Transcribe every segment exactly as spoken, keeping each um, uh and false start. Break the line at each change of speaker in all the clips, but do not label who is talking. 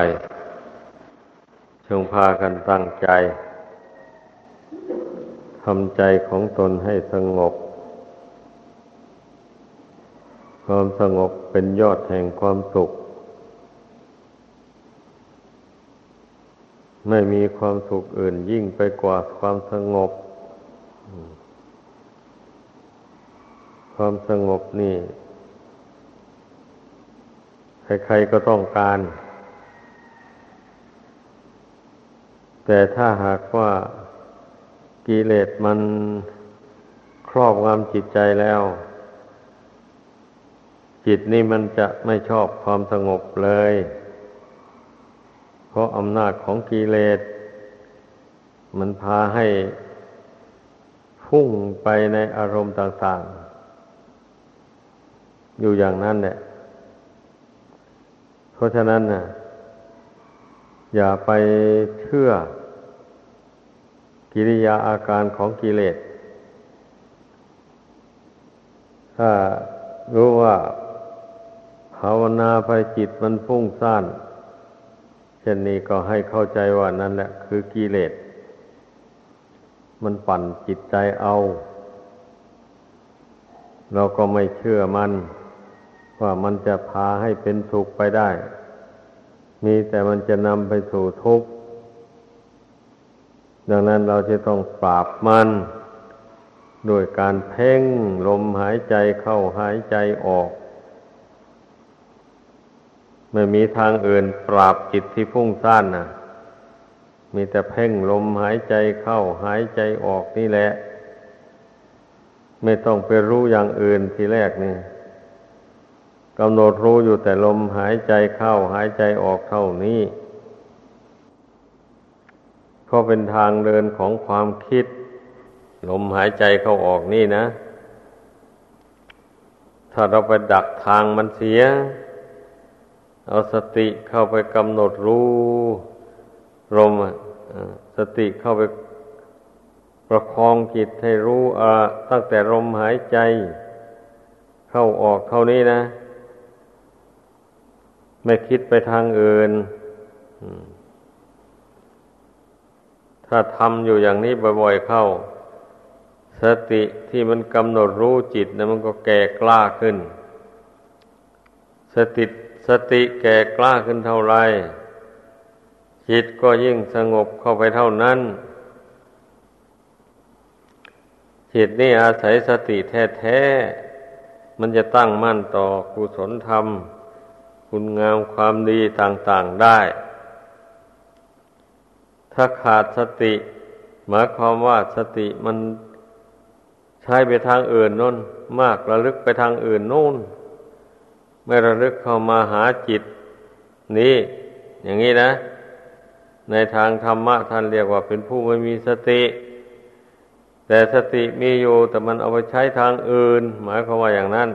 จงพากันตั้งใจทำใจของตนให้สงบความสงบเป็นยอดแห่งความสุขไม่มีความสุขอื่นยิ่งไปกว่าความสงบความสงบนี่ใครๆก็ต้องการแต่ถ้าหากว่ากิเลสมันครอบงำจิตใจแล้วจิตนี่มันจะไม่ชอบความสงบเลยเพราะอำนาจของกิเลสมันพาให้พุ่งไปในอารมณ์ต่างๆอยู่อย่างนั้นแหละเพราะฉะนั้นน่ะอย่าไปเชื่อกิริยาอาการของกิเลสถ้ารู้ว่าภาวนาไปจิตมันฟุ้งซ่านเช่นนี้ก็ให้เข้าใจว่านั่นแหละคือกิเลสมันปั่นจิตใจเอาเราก็ไม่เชื่อมันว่ามันจะพาให้เป็นสุขไปได้มีแต่มันจะนำไปสู่ทุกข์ดังนั้นเราจะต้องปราบมันด้วยการเพ่งลมหายใจเข้าหายใจออกไม่มีทางอื่นปราบจิตที่ฟุ้งซ่านน่ะมีแต่เพ่งลมหายใจเข้าหายใจออกนี่แหละไม่ต้องไปรู้อย่างอื่นทีแรกนี่กำหนดรู้อยู่แต่ลมหายใจเข้าหายใจออกเท่านี้ก็เป็นทางเดินของความคิดลมหายใจเข้าออกนี่นะถ้าเราไปดักทางมันเสียเอาสติเข้าไปกำหนดรู้ลมสติเข้าไปประคองจิตให้รู้อ่าตั้งแต่ลมหายใจเข้าออกเท่านี้นะไม่คิดไปทางอื่นถ้าทำอยู่อย่างนี้บ่อยๆเข้าสติที่มันกำหนดรู้จิตนะมันก็แก่กล้าขึ้นสติสติแก่กล้าขึ้นเท่าไรจิตก็ยิ่งสงบเข้าไปเท่านั้นจิตนี่อาศัยสติแท้ๆมันจะตั้งมั่นต่อกุศลธรรมคุณงามความดีต่างๆได้ถ้าขาดสติหมายความว่าสติมันใช้ไปทางอื่นโน่นมากระลึกไปทางอื่นโน่นไม่ระลึกเข้ามาหาจิตนี้อย่างนี้นะในทางธรรมะท่านเรียกว่าเป็นผู้ไม่มีสติแต่สติมีอยู่แต่มันเอาไปใช้ทางอื่นหมายความว่าอย่างนั้น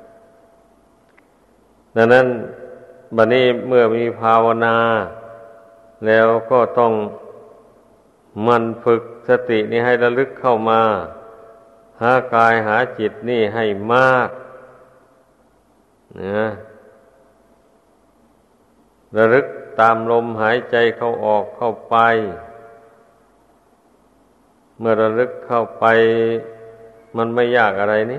ดังนั้นบัดนี้เมื่อมีภาวนาแล้วก็ต้องมันฝึกสตินี้ให้ระลึกเข้ามาหากายหาจิตนี่ให้มากนะระลึกตามลมหายใจเข้าออกเข้าไปเมื่อระลึกเข้าไปมันไม่ยากอะไรนี่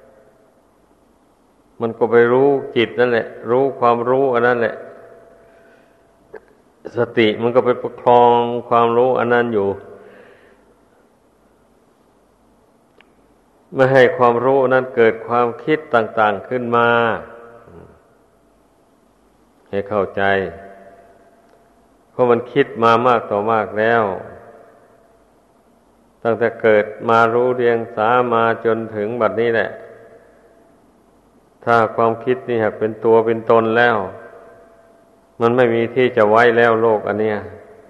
มันก็ไปรู้จิตนั่นแหละรู้ความรู้อันนั้นแหละสติมันก็ไปประคองความรู้อันนั้นอยู่ไม่ให้ความรู้นั้นเกิดความคิดต่างๆขึ้นมาให้เข้าใจเพราะมันคิดมามากต่อมากแล้วตั้งแต่เกิดมารู้เรียงสามาจนถึงบัดนี้แหละถ้าความคิดนี่หากเป็นตัวเป็นตนแล้วมันไม่มีที่จะไว้แล้วโลกอันเนี้ย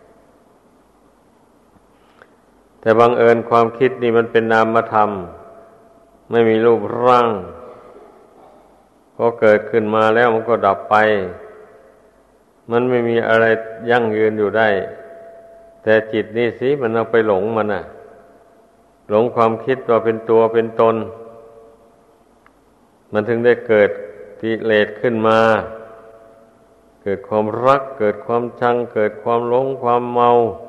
แต่บังเอิญความคิดนี่มันเป็นนามธรรมไม่มีรูปร่างพอเกิดขึ้นมาแล้วมันก็ดับไปมันไม่มีอะไรยั่งยืนอยู่ได้แต่จิตนี่สิมันเอาไปหลงมันน่ะหลงความคิดว่าเป็นตัวเป็นตนมันถึงได้เกิดกิเลสขึ้นมาเกิดความรักเกิดความชังเกิดความหลงความเมา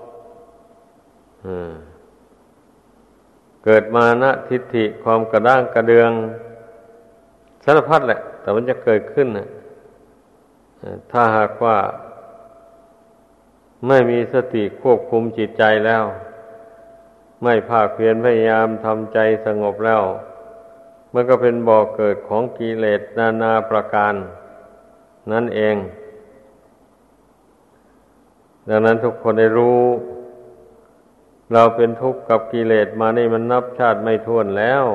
เกิดมานะทิฏฐิความกระด้างกระเดืองสารพัดแหละแต่มันจะเกิดขึ้นนะถ้าหากว่าไม่มีสติควบคุมจิตใจแล้วไม่ภาคเพียรพยายามทำใจสงบแล้วมันก็เป็นบ่อเกิดของกิเลสนานาประการนั่นเองดังนั้นทุกคนได้รู้เราเป็นทุกข์กับกิเลสมานี่มันนับชาติไม่ถ้วนแล้ว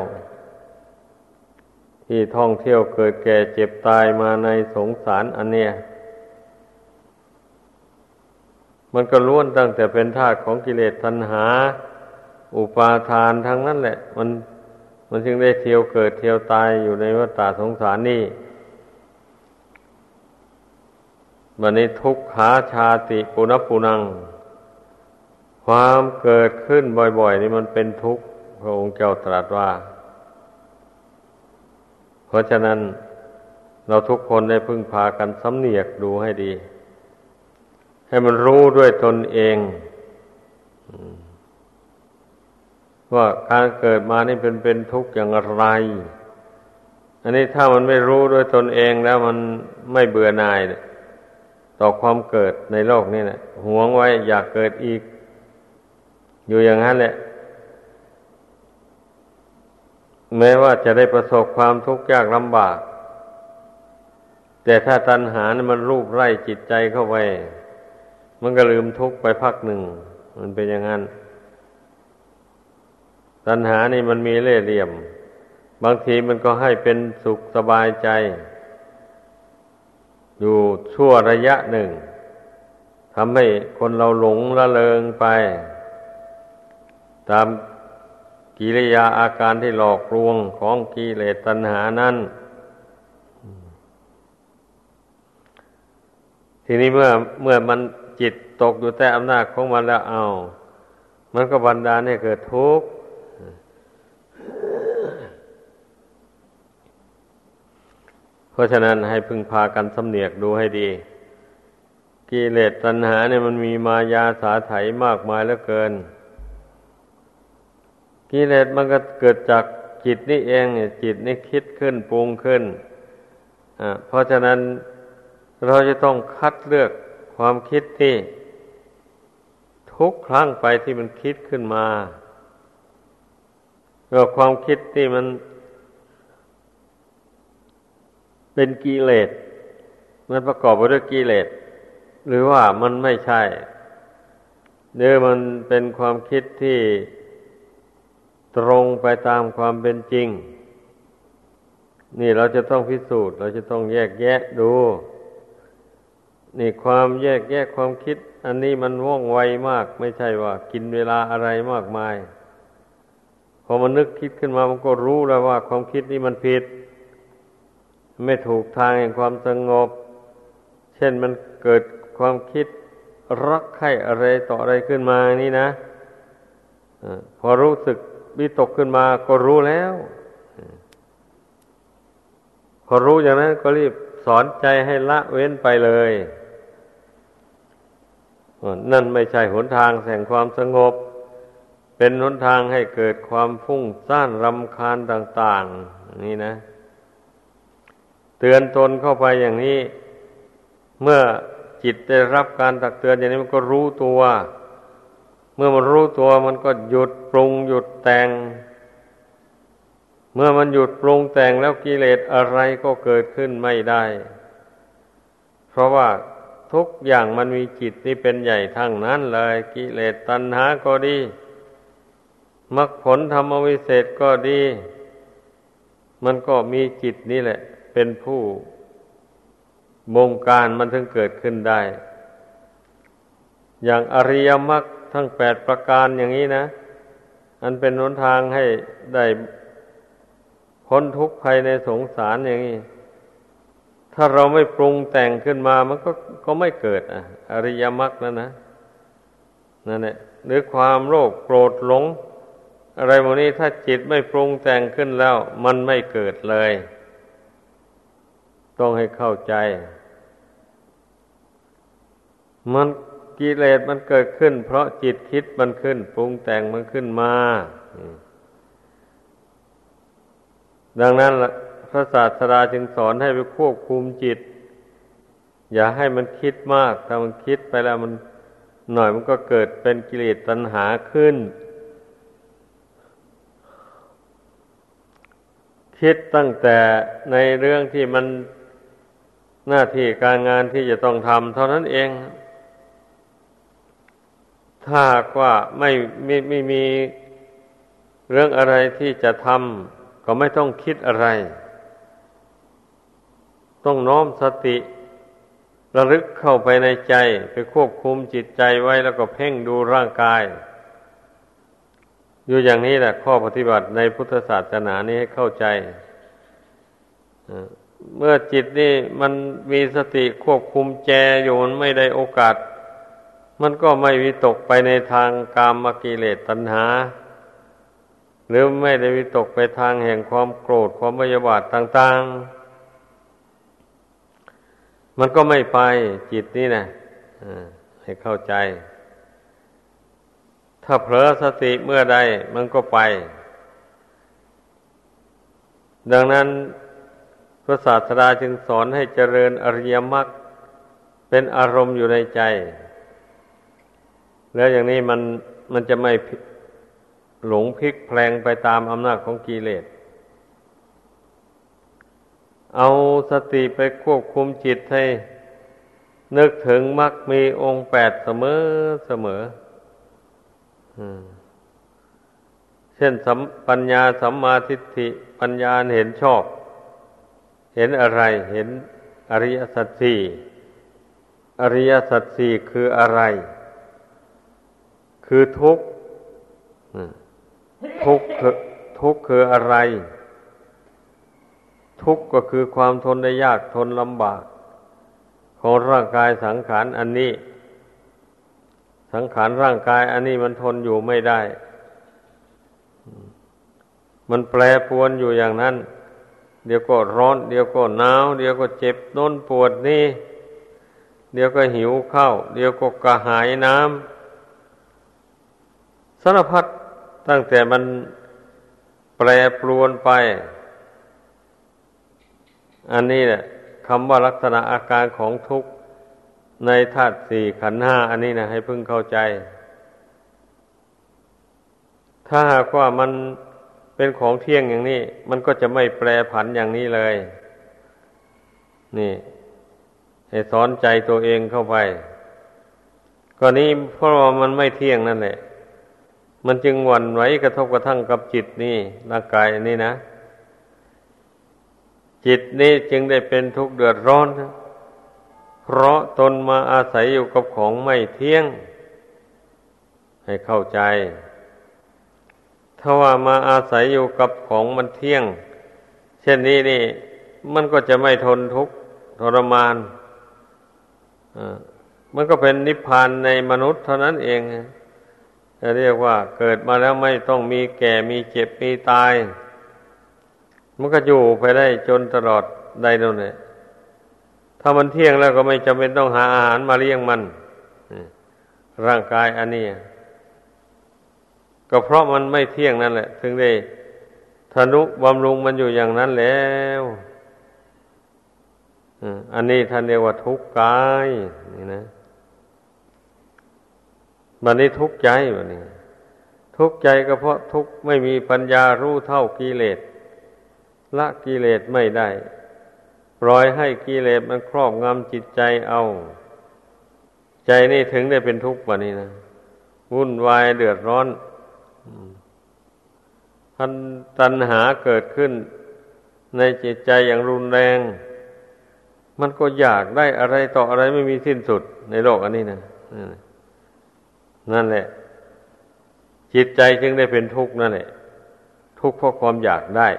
ที่ท่องเที่ยวเกิดแก่เจ็บตายมาในสงสารอันเนี้ยมันก็ล้วนตั้งแต่เป็นธาตุของกิเลสตัณหาอุปาทานทั้งนั้นแหละมันมันจึงได้เที่ยวเกิดเที่ยวตายอยู่ในวัฏฏะสงสารนี่บัดนี้ทุกขาชาติปุณปุนังความเกิดขึ้นบ่อยๆนี่มันเป็นทุกข์พระองค์เจ้าตรัสว่าเพราะฉะนั้นเราทุกคนได้พึ่งพากันสำเนียกดูให้ดีให้มันรู้ด้วยตนเองว่าการเกิดมานี่เป็นเป็นทุกข์อย่างไรอันนี้ถ้ามันไม่รู้ด้วยตนเองแล้วมันไม่เบื่อหน่ายต่อความเกิดในโลกนี้นะหวงไว้อยากเกิดอีกอยู่อย่างนั้นแหละแม้ว่าจะได้ประสบความทุกข์ยากลำบากแต่ถ้าตัณหาเนี่ยมันรูปไล่จิตใจเข้าไปมันก็ลืมทุกข์ไปพักหนึ่งมันเป็นอย่างนั้นตัณหานี่มันมีเล่ห์เหลี่ยมบางทีมันก็ให้เป็นสุขสบายใจอยู่ชั่วระยะหนึ่งทำให้คนเราหลงละเลงไปตามกิริยาอาการที่หลอกลวงของกิเลสตัณหานั้นทีนี้เมื่อเมื่อมันจิตตกอยู่ใต้อำนาจของมันแล้วเอามันก็บันดาลให้เกิดทุกข์เพราะฉะนั้นให้พึงพากันสำเนียกดูให้ดีกิเลสตัณหาเนี่ยมันมีมายาสาไถมากมายเหลือเกินกิเลสมันก็เกิดจากจิตนี่เองเนี่ยจิตนี่คิดขึ้นปรุงขึ้นอ่าเพราะฉะนั้นเราจะต้องคัดเลือกความคิดที่ทุกครั้งไปที่มันคิดขึ้นมาแล้วความคิดที่มันเป็นกิเลสมันประกอบไปด้วยกิเลสหรือว่ามันไม่ใช่หรือมันเป็นความคิดที่ตรงไปตามความเป็นจริงนี่เราจะต้องพิสูจน์เราจะต้องแยกแยะดูนี่ความแยกแยะความคิดอันนี้มันว่องไวมากไม่ใช่ว่ากินเวลาอะไรมากมายพอมันนึกคิดขึ้นมามันก็รู้แล้วว่าความคิดนี้มันผิดไม่ถูกทางแห่งความสงบเช่นมันเกิดความคิดรักใคร่อะไรต่ออะไรขึ้นมานี่นะพอรู้สึกวิตกขึ้นมาก็รู้แล้วพอรู้อย่างนั้นก็รีบสอนใจให้ละเว้นไปเลยนั่นไม่ใช่หนทางแห่งความสงบเป็นหนทางให้เกิดความฟุ้งซ่านรำคาญต่างๆนี่นะเตือนตนเข้าไปอย่างนี้เมื่อจิตได้รับการตักเตือนอย่างนี้มันก็รู้ตัวเมื่อมันรู้ตัวมันก็หยุดปรุงหยุดแต่งเมื่อมันหยุดปรุงแต่งแล้วกิเลสอะไรก็เกิดขึ้นไม่ได้เพราะว่าทุกอย่างมันมีจิตนี่เป็นใหญ่ทั้งนั้นเลยกิเลสตัณหาก็ดีมรรคผลธรรมวิเศษก็ดีมันก็มีจิตนี่แหละเป็นผู้บงการมันถึงเกิดขึ้นได้อย่างอริยมรรคทั้งแปดประการอย่างนี้นะอันเป็นหนทางให้ได้พ้นทุกข์ภายในสงสารอย่างนี้ถ้าเราไม่ปรุงแต่งขึ้นมามันก็ก็ไม่เกิดอ่ะอริยมรรคนั่นนะนั่นแหละหรือความโลภโกรธหลงอะไรพวกนี้ถ้าจิตไม่ปรุงแต่งขึ้นแล้วมันไม่เกิดเลยต้องให้เข้าใจมันกิเลสมันเกิดขึ้นเพราะจิตคิดมันขึ้นปรุงแต่งมันขึ้นมาดังนั้นพระศาสดาจึงสอนให้ไปควบคุมจิตอย่าให้มันคิดมากถ้ามันคิดไปแล้วมันหน่อยมันก็เกิดเป็นกิเลสตัณหาขึ้นคิดตั้งแต่ในเรื่องที่มันหน้าที่การงานที่จะต้องทำเท่านั้นเองถ้าหากว่าไม่ไม่ไม่มีเรื่องอะไรที่จะทำก็ไม่ต้องคิดอะไรต้องน้อมสติระลึกเข้าไปในใจไปควบคุมจิตใจไว้แล้วก็เพ่งดูร่างกายอยู่อย่างนี้แหละข้อปฏิบัติในพุทธศาสนานี้ให้เข้าใจเมื่อจิตนี่มันมีสติควบคุมแจอยู่มันไม่ได้โอกาสมันก็ไม่วิตกไปในทางกามกิเลสตัณหาหรือไม่ได้วิตกไปทางแห่งความโกรธความพยาบาทต่างๆมันก็ไม่ไปจิตนี่นะให้เข้าใจถ้าเผลอสติเมื่อใดมันก็ไปดังนั้นพระศาสดาจึงสอนให้เจริญอริยมรรคเป็นอารมณ์อยู่ในใจแล้วอย่างนี้มันมันจะไม่หลงพลิกแพลงไปตามอำนาจของกิเลสเอาสติไปควบคุมจิตให้นึกถึงมรรคมีองค์แปดเสมอเสมอเช่นปัญญาสัมมาทิฏฐิปัญญาเห็นชอบเห็นอะไรเห็นอริยสัจสี่อริยสัจสี่คืออะไรคือทุกข์ทุกข์คือทุกข์คืออะไรทุกข์ก็คือความทนได้ยากทนลำบากของร่างกายสังขารอันนี้สังขารร่างกายอันนี้มันทนอยู่ไม่ได้มันแปรปรวนอยู่อย่างนั้นเดี๋ยวก็ร้อนเดี๋ยวก็หนาวเดี๋ยวก็เจ็บโน้นปวดนี่เดี๋ยวก็หิวข้าวเดี๋ยวก็กระหายน้ำสารพัดตั้งแต่มันแปรปรวนไปอันนี้แหละคำว่าลักษณะอาการของทุกข์ในธาตุสี่ขันธ์ห้าอันนี้นะให้พึงเข้าใจถ้าหากว่ามันเป็นของเที่ยงอย่างนี้มันก็จะไม่แปรผันอย่างนี้เลยนี่ให้สอนใจตัวเองเข้าไปก็นี้เพราะว่ามันไม่เที่ยงนั่นแหละมันจึงหวั่นไหวกระทบกระทั่งกับจิตนี่ร่างกายนี่นะจิตนี้จึงได้เป็นทุกข์เดือดร้อนเพราะตนมาอาศัยอยู่กับของไม่เที่ยงให้เข้าใจถ้าว่ามาอาศัยอยู่กับของมันเที่ยงเช่นนี้นี่มันก็จะไม่ทนทุกข์ทรมานอ่ามันก็เป็นนิพพานในมนุษย์เท่านั้นเองจะเรียกว่าเกิดมาแล้วไม่ต้องมีแก่มีเจ็บมีตายมันก็อยู่ไปได้จนตลอดได้นั่นแหละถ้ามันเที่ยงแล้วก็ไม่จำเป็นต้องหาอาหารมาเลี้ยงมันร่างกายอันนี้ก็เพราะมันไม่เที่ยงนั่นแหละถึงได้ทนุบำรุงมันอยู่อย่างนั้นแล้วอันนี้ท่านเรียกว่าทุกข์กายนี่นะบัดนี้ทุกข์ใจบัดนี้ทุกข์ใจก็เพราะทุกข์ไม่มีปัญญารู้เท่ากิเลสละกิเลสไม่ได้ปล่อยให้กิเลสมันครอบงำจิตใจเอาใจนี่ถึงได้เป็นทุกข์บัดนี้นะวุ่นวายเดือดร้อนทันตัณหาเกิดขึ้นในจิตใจอย่างรุนแรงมันก็อยากได้อะไรต่ออะไรไม่มีสิ้นสุดในโลกอันนี้นะนั่นแหละจิตใจจึงได้เป็นทุกข์นั่นแหละทุกข์เพราะความอยากได้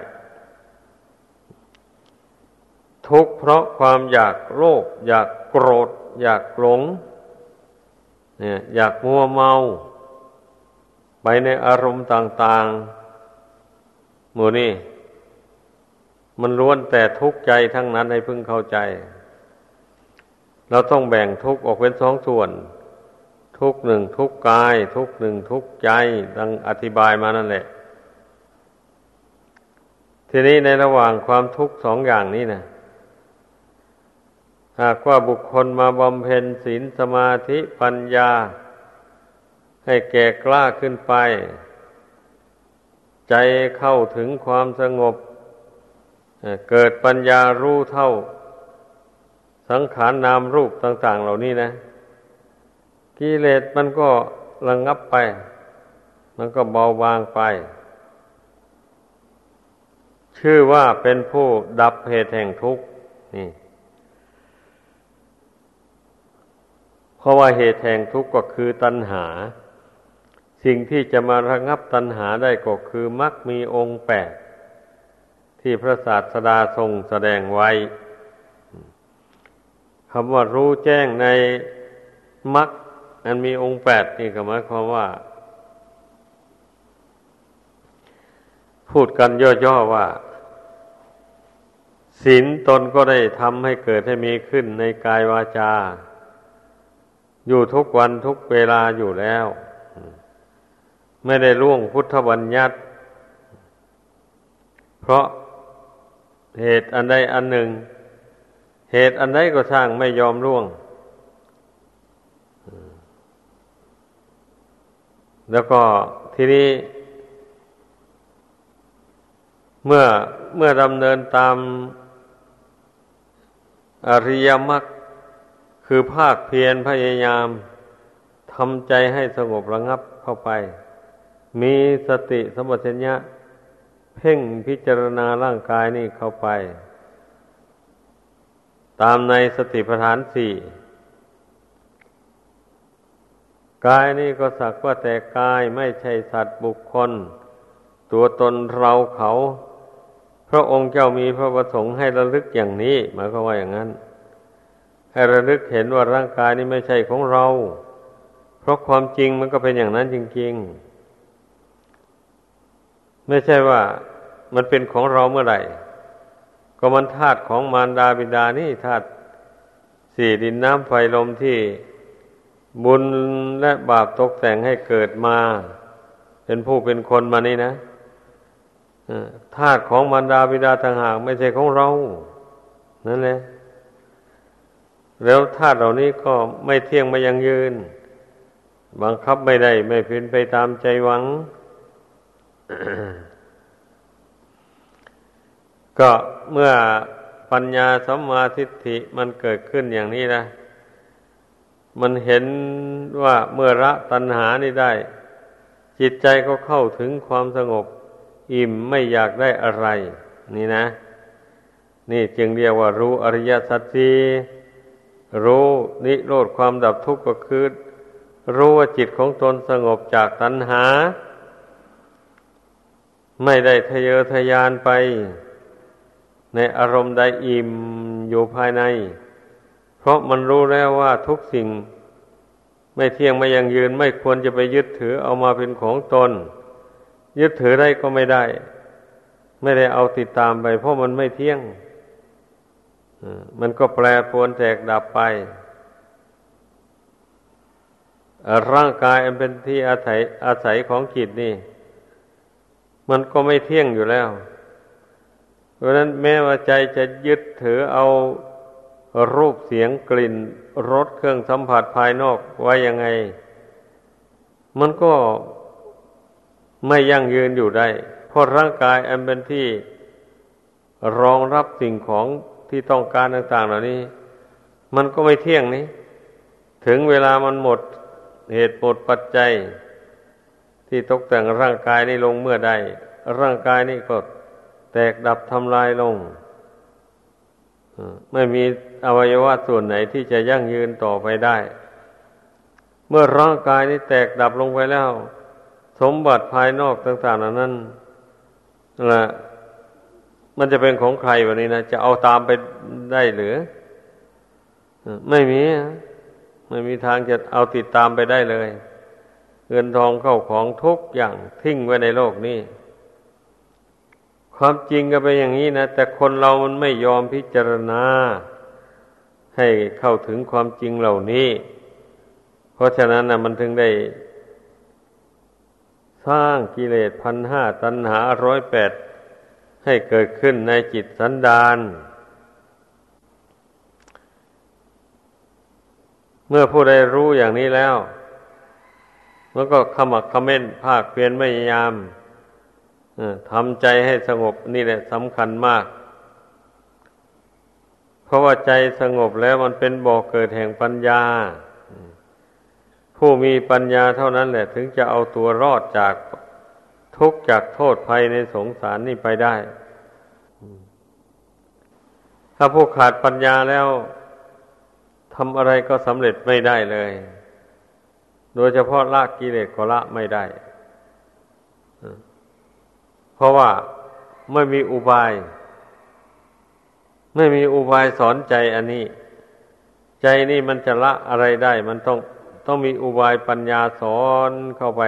ทุกข์เพราะความอยากโลภอยากโกรธอยากหลงเนี่ยอยากมัวเมาไปในอารมณ์ต่างๆหมู่นี้มันล้วนแต่ทุกข์ใจทั้งนั้นให้พึงเข้าใจเราต้องแบ่งทุกข์ออกเป็นสองส่วนทุกข์หนึ่งทุกข์กายทุกข์หนึ่งทุกข์ใจดังอธิบายมานั่นแหละทีนี้ในระหว่างความทุกข์สองอย่างนี้นะหากว่าบุคคลมาบำเพ็ญศีลสมาธิปัญญาให้แก่กล้าขึ้นไปใจเข้าถึงความสงบเกิดปัญญารู้เท่าสังขารนามรูปต่างๆเหล่านี้นะกิเลสมันก็ระงับไปมันก็เบาบางไปชื่อว่าเป็นผู้ดับเหตุแห่งทุกข์นี่เพราะว่าเหตุแห่งทุกข์ก็คือตัณหาสิ่งที่จะมาระงับตัณหาได้ก็คือมรรคมีองค์แปดที่พระศาสดาทรงแสดงไว้คำว่ารู้แจ้งในมรรคอันมีองค์แปดนี่ก็หมายความว่าพูดกันย่อๆว่าศีลตนก็ได้ทำให้เกิดให้มีขึ้นในกายวาจาอยู่ทุกวันทุกเวลาอยู่แล้วไม่ได้ล่วงพุทธบัญญัติเพราะเหตุอันใดอันหนึ่งเหตุอันใดก็ช่างไม่ยอมล่วงแล้วก็ทีนี้เมื่อเมื่อดำเนินตามอริยมรรคคือภาคเพียรพยายามทำใจให้สงบระงับเข้าไปมีสติสัมปชัญญะเพ่งพิจารณาร่างกายนี่เข้าไปตามในสติปัฏฐานสี่กายนี่ก็สักว่าแต่กายไม่ใช่สัตว์บุคคลตัวตนเราเขาพระองค์เจ้ามีพระประสงค์ให้ระลึกอย่างนี้หมายความว่าอย่างนั้นให้ระลึกเห็นว่าร่างกายนี้ไม่ใช่ของเราเพราะความจริงมันก็เป็นอย่างนั้นจริงๆไม่ใช่ว่ามันเป็นของเราเมื่อไหร่ก็มันธาตุของมารดาบิดานี่ธาตุสี่ดินน้ำไฟลมที่บุญและบาปตกแต่งให้เกิดมาเป็นผู้เป็นคนมานี่นะธาตุของมารดาบิดาต่างหากไม่ใช่ของเรานั่นแหละแล้วธาตุเหล่านี้ก็ไม่เที่ยงไม่ยั่งยืนบังคับไม่ได้ไม่เป็นไปตามใจหวัง ก็เมื่อปัญญาสัมมาทิฏฐิมันเกิดขึ้นอย่างนี้นะมันเห็นว่าเมื่อละตัณหานี่ได้จิตใจก็เข้าถึงความสงบอิ่มไม่อยากได้อะไรนี่นะนี่จึงเรียกว่ารู้อริยสัจสี่รู้นิโรธความดับทุกข์ก็คือรู้ว่าจิตของตนสงบจากตัณหาไม่ได้ทะเยอทะยานไปในอารมณ์ใดอิ่มอยู่ภายในเพราะมันรู้แล้วว่าทุกสิ่งไม่เที่ยงไม่ยั่งยืนไม่ควรจะไปยึดถือเอามาเป็นของตนยึดถือได้ก็ไม่ได้ไม่ได้เอาติดตามไปเพราะมันไม่เที่ยงมันก็แปรปรวนแตกดับไปร่างกายอันเป็นที่อาศัยอาศัยของจิตนี่มันก็ไม่เที่ยงอยู่แล้วเพราะฉะนั้นแม้ว่าใจจะยึดถือเอารูปเสียงกลิ่นรสเครื่องสัมผัสภายนอกไว้ยังไงมันก็ไม่ยั่งยืนอยู่ได้เพราะร่างกายอันเป็นที่รองรับสิ่งของที่ต้องการต่างๆเหล่านี้มันก็ไม่เที่ยงนี้ถึงเวลามันหมดเหตุหมดปัจจัยที่ตกแต่งร่างกายนี้ลงเมื่อใดร่างกายนี้ก็แตกดับทำลายลงไม่มีอวัยวะส่วนไหนที่จะยั่งยืนต่อไปได้เมื่อร่างกายนี้แตกดับลงไปแล้วสมบัติภายนอกต่างๆนั้นนั่นแหละมันจะเป็นของใครวันนี้นะจะเอาตามไปได้หรือไม่มีไม่มีทางจะเอาติดตามไปได้เลยเงินทองเข้าของทุกอย่างทิ้งไว้ในโลกนี้ความจริงก็เป็นอย่างนี้นะแต่คนเรามันไม่ยอมพิจารณาให้เข้าถึงความจริงเหล่านี้เพราะฉะนั้นนะมันถึงได้สร้างกิเลสพันห้าตัณหาร้อยแปดให้เกิดขึ้นในจิตสันดานเมื่อผู้ใดรู้อย่างนี้แล้วมันก็ขมักเขม้นภาคเพียรพยายามทำใจให้สงบนี่แหละสำคัญมากเพราะว่าใจสงบแล้วมันเป็นบ่อเกิดแห่งปัญญาผู้มีปัญญาเท่านั้นแหละถึงจะเอาตัวรอดจากทุกข์จากโทษภัยในสงสารนี่ไปได้ถ้าผู้ขาดปัญญาแล้วทำอะไรก็สำเร็จไม่ได้เลยโดยเฉพาะละกิเลสก็ละไม่ได้เพราะว่าไม่มีอุบายไม่มีอุบายสอนใจอันนี้ใจนี่มันจะละอะไรได้มันต้องต้องมีอุบายปัญญาสอนเข้าไป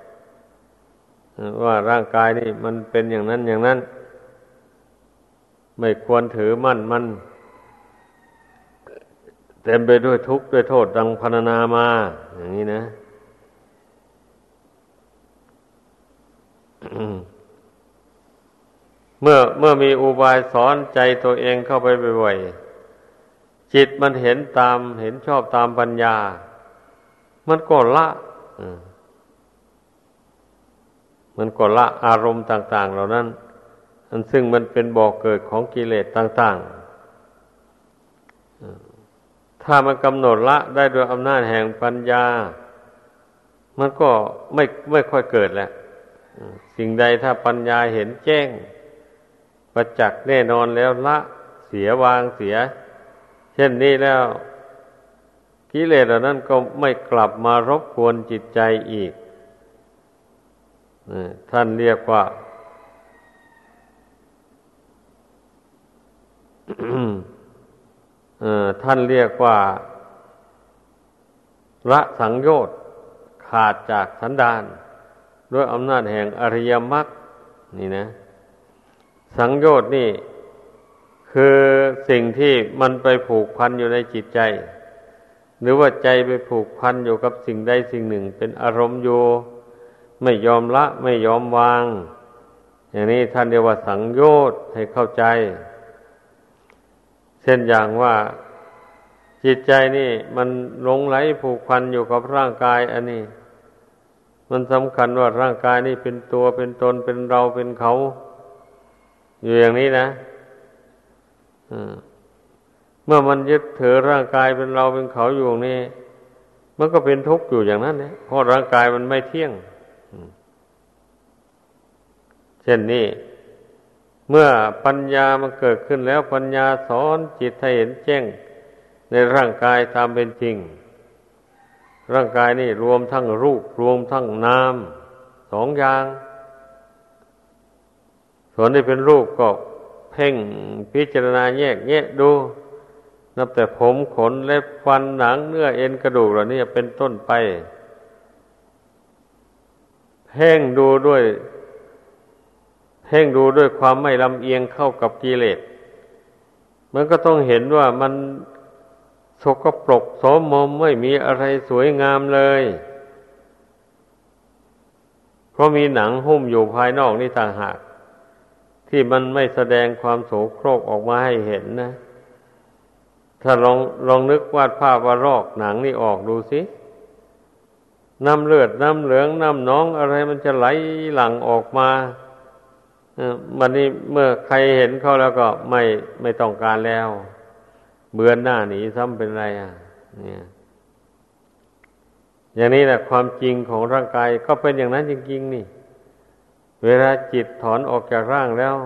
ว่าร่างกายนี่มันเป็นอย่างนั้นอย่างนั้นไม่ควรถือมั่นมันเต็มไปด้วยทุกข์ด้วยโทษดังพรรณนามาอย่างนี้นะ เมื่อเมื่อมีอุบายสอนใจตัวเองเข้าไปบ่อยๆจิตมันเห็นตามเห็นชอบตามปัญญามันก็ละมันก็ละอารมณ์ต่างๆเหล่านั้นอันซึ่งมันเป็นบ่อเกิดของกิเลสต่างๆถ้ามันกำหนดละได้โดยอำนาจแห่งปัญญามันก็ไม่ไม่ค่อยเกิดแล้วสิ่งใดถ้าปัญญาเห็นแจ้งประจักษ์แน่นอนแล้วละเสียวางเสียเช่นนี้แล้วกิเลสเหล่านั้นก็ไม่กลับมารบกวนจิตใจอีกท่านเรียกว่า ท่านเรียกว่าละสังโยชน์ขาดจากสันดานด้วยอำนาจแห่งอริยมรรคนี่นะสังโยชน์นี่คือสิ่งที่มันไปผูกพันอยู่ในจิตใจหรือว่าใจไปผูกพันอยู่กับสิ่งใดสิ่งหนึ่งเป็นอารมณ์อยู่ไม่ยอมละไม่ยอมวางอย่างนี้ท่านเรียกว่าสังโยชน์ให้เข้าใจเช่นอย่างว่าจิตใจนี่มันหลงไหลผูกพันอยู่กับร่างกายอันนี้มันสำคัญว่าร่างกายนี่เป็นตัวเป็นตนเป็นเราเป็นเขาอยู่อย่างนี้นะเมื่อมันยึดถือร่างกายเป็นเราเป็นเขาอยู่นี่มันก็เป็นทุกข์อยู่อย่างนั้นเนี่ยเพราะร่างกายมันไม่เที่ยงเช่นนี้เมื่อปัญญามันเกิดขึ้นแล้วปัญญาสอนจิตให้เห็นแจ้งในร่างกายตามเป็นจริงร่างกายนี่รวมทั้งรูปรวมทั้งนามสองอย่างส่วนที่เป็นรูปก็เพ่งพิจารณาแยกแยะดูนับแต่ผมขนเล็บฟันหนังเนื้อเอ็นกระดูกเหล่านี้เป็นต้นไปเพ่งดูด้วยเพ่งดูด้วยความไม่ลำเอียงเข้ากับกิเลสมันก็ต้องเห็นว่ามันสกปรกโสมมไม่มีอะไรสวยงามเลยเพราะมีหนังหุ้มอยู่ภายนอกนี่ต่างหากที่มันไม่แสดงความโสโครกออกมาให้เห็นนะถ้าลองลองนึกวาดภาพว่ารอกหนังนี่ออกดูสิน้ำเลือดน้ำเหลืองน้ำหนองอะไรมันจะไหลหลั่งออกมามันนี่เมื่อใครเห็นเขาแล้วก็ไม่ไม่ต้องการแล้วเบือนหน้าหนีซ้ำเป็นไรอ่ะเนี่ยอย่างนี้แหละความจริงของร่างกายก็เป็นอย่างนั้นจริงๆนี่เวลาจิตถอนออกจากร่างแล้ว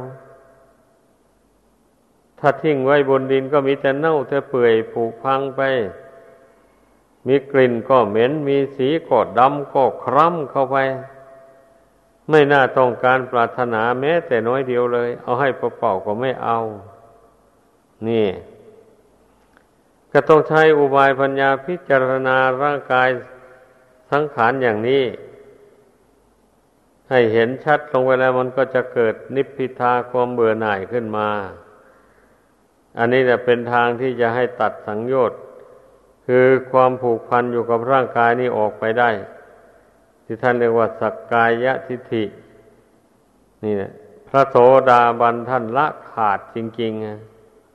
ถ้าทิ้งไว้บนดินก็มีแต่เน่าแต่เปื่อยผุพังไปมีกลิ่นก็เหม็นมีสีก็ดำก็คล้ำเข้าไปไม่น่าต้องการปรารถนาแม้แต่น้อยเดียวเลยเอาให้เปล่าๆก็ไม่เอานี่ก็ต้องใช้อุบายปัญญาพิจารณาร่างกายสังขารอย่างนี้ให้เห็นชัดลงไปแล้วมันก็จะเกิดนิพพิทาความเบื่อหน่ายขึ้นมาอันนี้เนี่ยเป็นทางที่จะให้ตัดสังโยชน์คือความผูกพันอยู่กับร่างกายนี้ออกไปได้ที่ท่านเรียกว่าสักกายทิฏฐินี่แหละพระโสดาบันท่านละขาดจริงๆนะ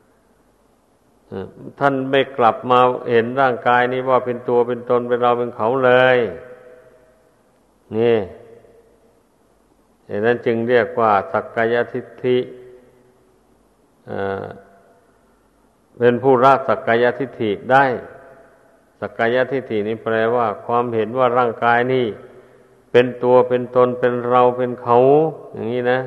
ท่านไม่กลับมาเห็นร่างกายนี้ว่าเป็นตัวเป็นตนเป็นเราเป็นเขาเลยนี่ดังนั้นจึงเรียกว่าสักกายทิฏฐิเป็นผู้ละสักกายทิฏฐิได้สักกายทิฏฐินี้แปลว่าความเห็นว่าร่างกายนี้เป็นตัวเป็นตนเป็นเราเป็นเขาอย่างนี้นะ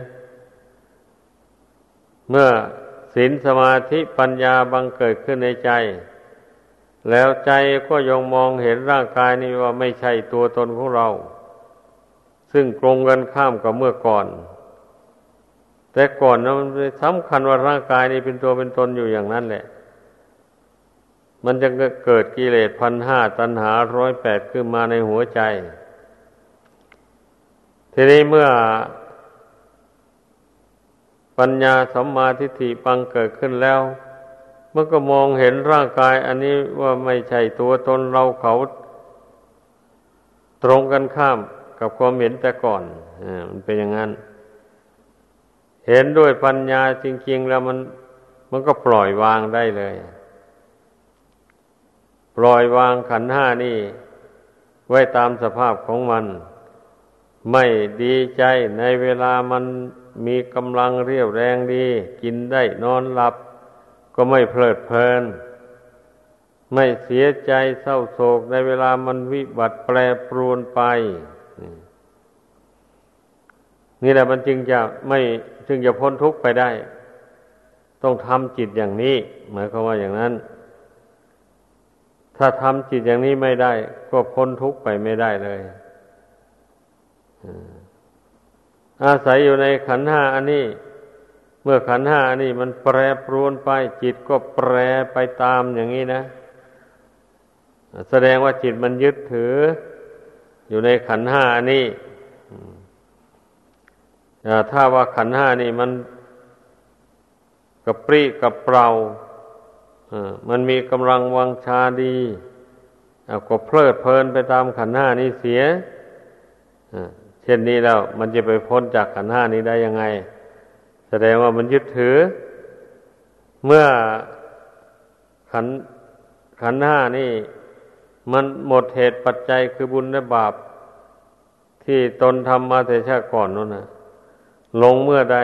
เมื่อศีลสมาธิปัญญาบังเกิดขึ้นในใจแล้วใจก็ยงมองเห็นร่างกายนี้ว่าไม่ใช่ตัวตนของเราซึ่งตรงกันข้ามกับเมื่อก่อนแต่ก่อนนะมันสำคัญว่าร่างกายนี้เป็นตัวเป็นตนอยู่อย่างนั้นแหละมันจะเกิดกิเลสพันห้าตัณหาร้อยแปดขึ้นมาในหัวใจทีนี้เมื่อปัญญาสัมมาทิฏฐิบังเกิดขึ้นแล้วมันก็มองเห็นร่างกายอันนี้ว่าไม่ใช่ตัวตนเราเขาตรงกันข้ามกับความเห็นแต่ก่อนอ่ามันเป็นอย่างนั้นเห็นด้วยปัญญาจริงๆแล้วมันมันก็ปล่อยวางได้เลยปล่อยวางขันธ์ห้านี่ไว้ตามสภาพของมันไม่ดีใจในเวลามันมีกำลังเรี่ยวแรงดีกินได้นอนหลับก็ไม่เพลิดเพลินไม่เสียใจเศร้าโศกในเวลามันวิบัติแปรปรวนไปนี่แหละมันจึงจะไม่จึงจะพ้นทุกข์ไปได้ต้องทำจิตอย่างนี้หมายความว่าอย่างนั้นถ้าทำจิตอย่างนี้ไม่ได้ก็พ้นทุกข์ไปไม่ได้เลยอาศัยอยู่ในขันธ์ห้าอันนี้เมื่อขันธ์ห้าอันนี้มันแปรปรวนไปจิตก็แปรไปตามอย่างนี้นะแสดงว่าจิตมันยึดถืออยู่ในขันธ์ห้าอันนี้ถ้าว่าขันธ์ห้านี่มันกระปรี้กระเปร่ามันมีกำลังวังชาดีก็เพลิดเพลินไปตามขันธ์ห้านี้เสียเช่นนี้แล้วมันจะไปพ้นจากขันธ์ห้านี้ได้ยังไงแสดงว่ามันยึดถือเมื่อขันธ์ขันธ์ห้านี่มันหมดเหตุปัจจัยคือบุญและบาปที่ตนทำมาแต่ชาติก่อนนั่นนะลงเมื่อใด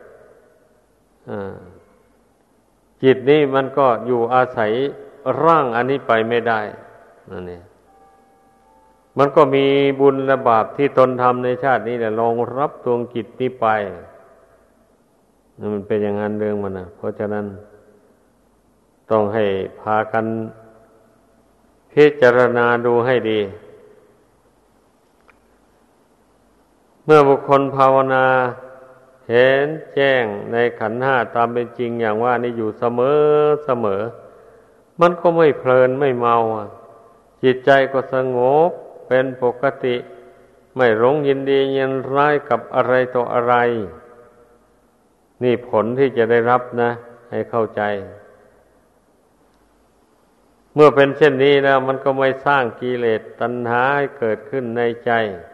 จิตนี้มันก็อยู่อาศัยร่างอันนี้ไปไม่ได้นั่นเองมันก็มีบุญและบาปที่ตนทำในชาตินี้แหละรองรับดวงจิตนี้ไปมันเป็นอย่างนั้นเรื่องมันนะเพราะฉะนั้นต้องให้พากันพิจารณาดูให้ดีเมื่อบุคคลภาวนาเห็นแจ้งในขันธ์ห้าตามเป็นจริงอย่างว่านี่อยู่เสมอเสมอมันก็ไม่เพลินไม่เมาจิตใจก็สงบเป็นปกติไม่หลงยินดียินร้ายกับอะไรต่ออะไรนี่ผลที่จะได้รับนะให้เข้าใจเมื่อเป็นเช่นนี้แล้วมันก็ไม่สร้างกิเลสตัณหาให้เกิดขึ้นในใจ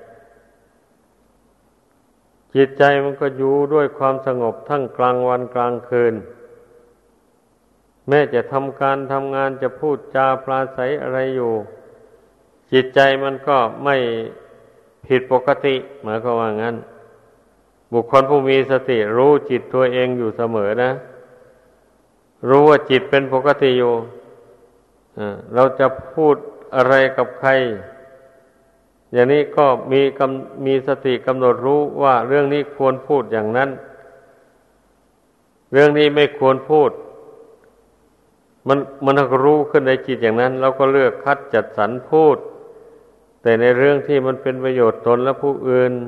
จิตใจมันก็อยู่ด้วยความสงบทั้งกลางวันกลางคืนแม้จะทำการทำงานจะพูดจาปราศัยอะไรอยู่จิตใจมันก็ไม่ผิดปกติหมายความว่างั้นบุคคลผู้มีสติรู้จิตตัวเองอยู่เสมอนะรู้ว่าจิตเป็นปกติอยู่เราจะพูดอะไรกับใครอย่างนี้ก็มีกำมีสติกำหนดรู้ว่าเรื่องนี้ควรพูดอย่างนั้นเรื่องนี้ไม่ควรพูดมันมันก็รู้ขึ้นในจิตอย่างนั้นเราก็เลือกคัดจัดสรรพูดแต่ในเรื่องที่มันเป็นประโยชน์ตนและผู้อื่น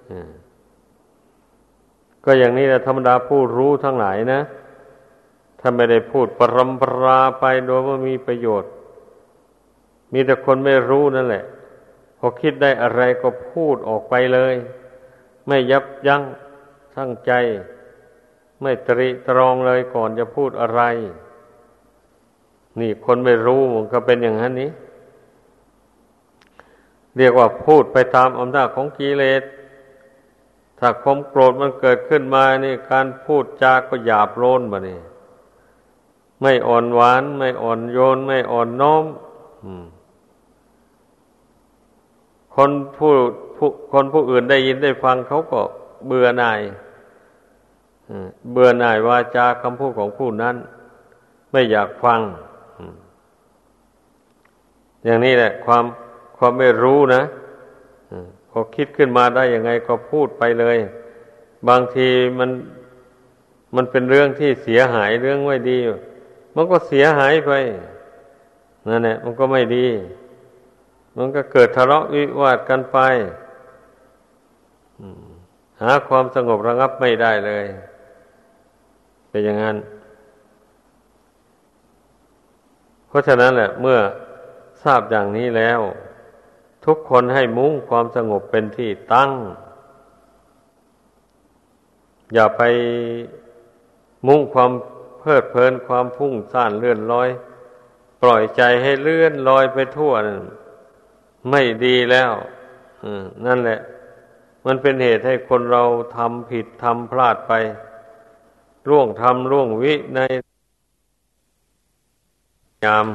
ก็อย่างนี้แหละธรรมดาผู้รู้ทั้งหลายนะถ้าไม่ได้พูดปรำปราไปโดยว่ามีประโยชน์มีแต่คนไม่รู้นั่นแหละพอคิดได้อะไรก็พูดออกไปเลยไม่ยับยั้งชั่งใจไม่ตรีตรองเลยก่อนจะพูดอะไรนี่คนไม่รู้มันก็เป็นอย่างนั้นนี้เรียกว่าพูดไปตามอำนาจของกิเลสถ้าความโกรธมันเกิดขึ้นมานี่การพูดจาก็หยาบโลนบ่นี่ไม่อ่อนหวานไม่อ่อนโยนไม่อ่อนน้อมคนผู้ผู้คนผู้อื่นได้ยินได้ฟังเขาก็เบื่อหน่ายเบื่อหน่ายวาจาคำพูดของผู้นั้นไม่อยากฟังอย่างนี้แหละความความไม่รู้นะพอคิดขึ้นมาได้ยังไงก็พูดไปเลยบางทีมันมันเป็นเรื่องที่เสียหายเรื่องไม่ดีมันก็เสียหายไปนั่นแหละมันก็ไม่ดีมันก็เกิดทะเลาะวิวาทกันไปหาความสงบระงับไม่ได้เลยเป็นอย่างนั้นเพราะฉะนั้นแหละเมื่อทราบอย่างนี้แล้วทุกคนให้มุ่งความสงบเป็นที่ตั้งอย่าไปมุ่งความเพลิดเพลินความพุ่งซ่านเลื่อนลอยปล่อยใจให้เลื่อนลอยไปทั่วนั่นไม่ดีแล้วนั่นแหละมันเป็นเหตุให้คนเราทำผิดทำพลาดไปล่วงทำล่วงวิในยาม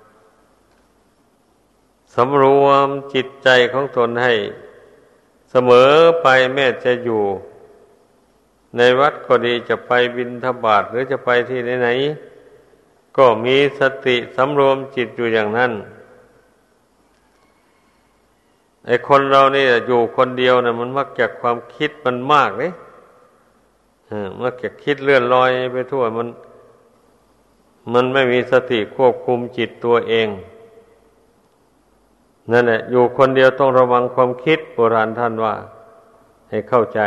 สำรวมจิตใจของตนให้เสมอไปแม้จะอยู่ในวัดก็ดีจะไปบิณฑบาตหรือจะไปที่ไหนๆก็มีสติสำรวมจิตอยู่อย่างนั้นไอ้คนเรานี่อยู่คนเดียวนะมันมักจะความคิดมันมากเลยมักจะคิดเลื่อนลอยไปทั่วมันมันไม่มีสติควบคุมจิตตัวเองนั่นแหละอยู่คนเดียวต้องระวังความคิดโบราณท่านว่าให้เข้าใจ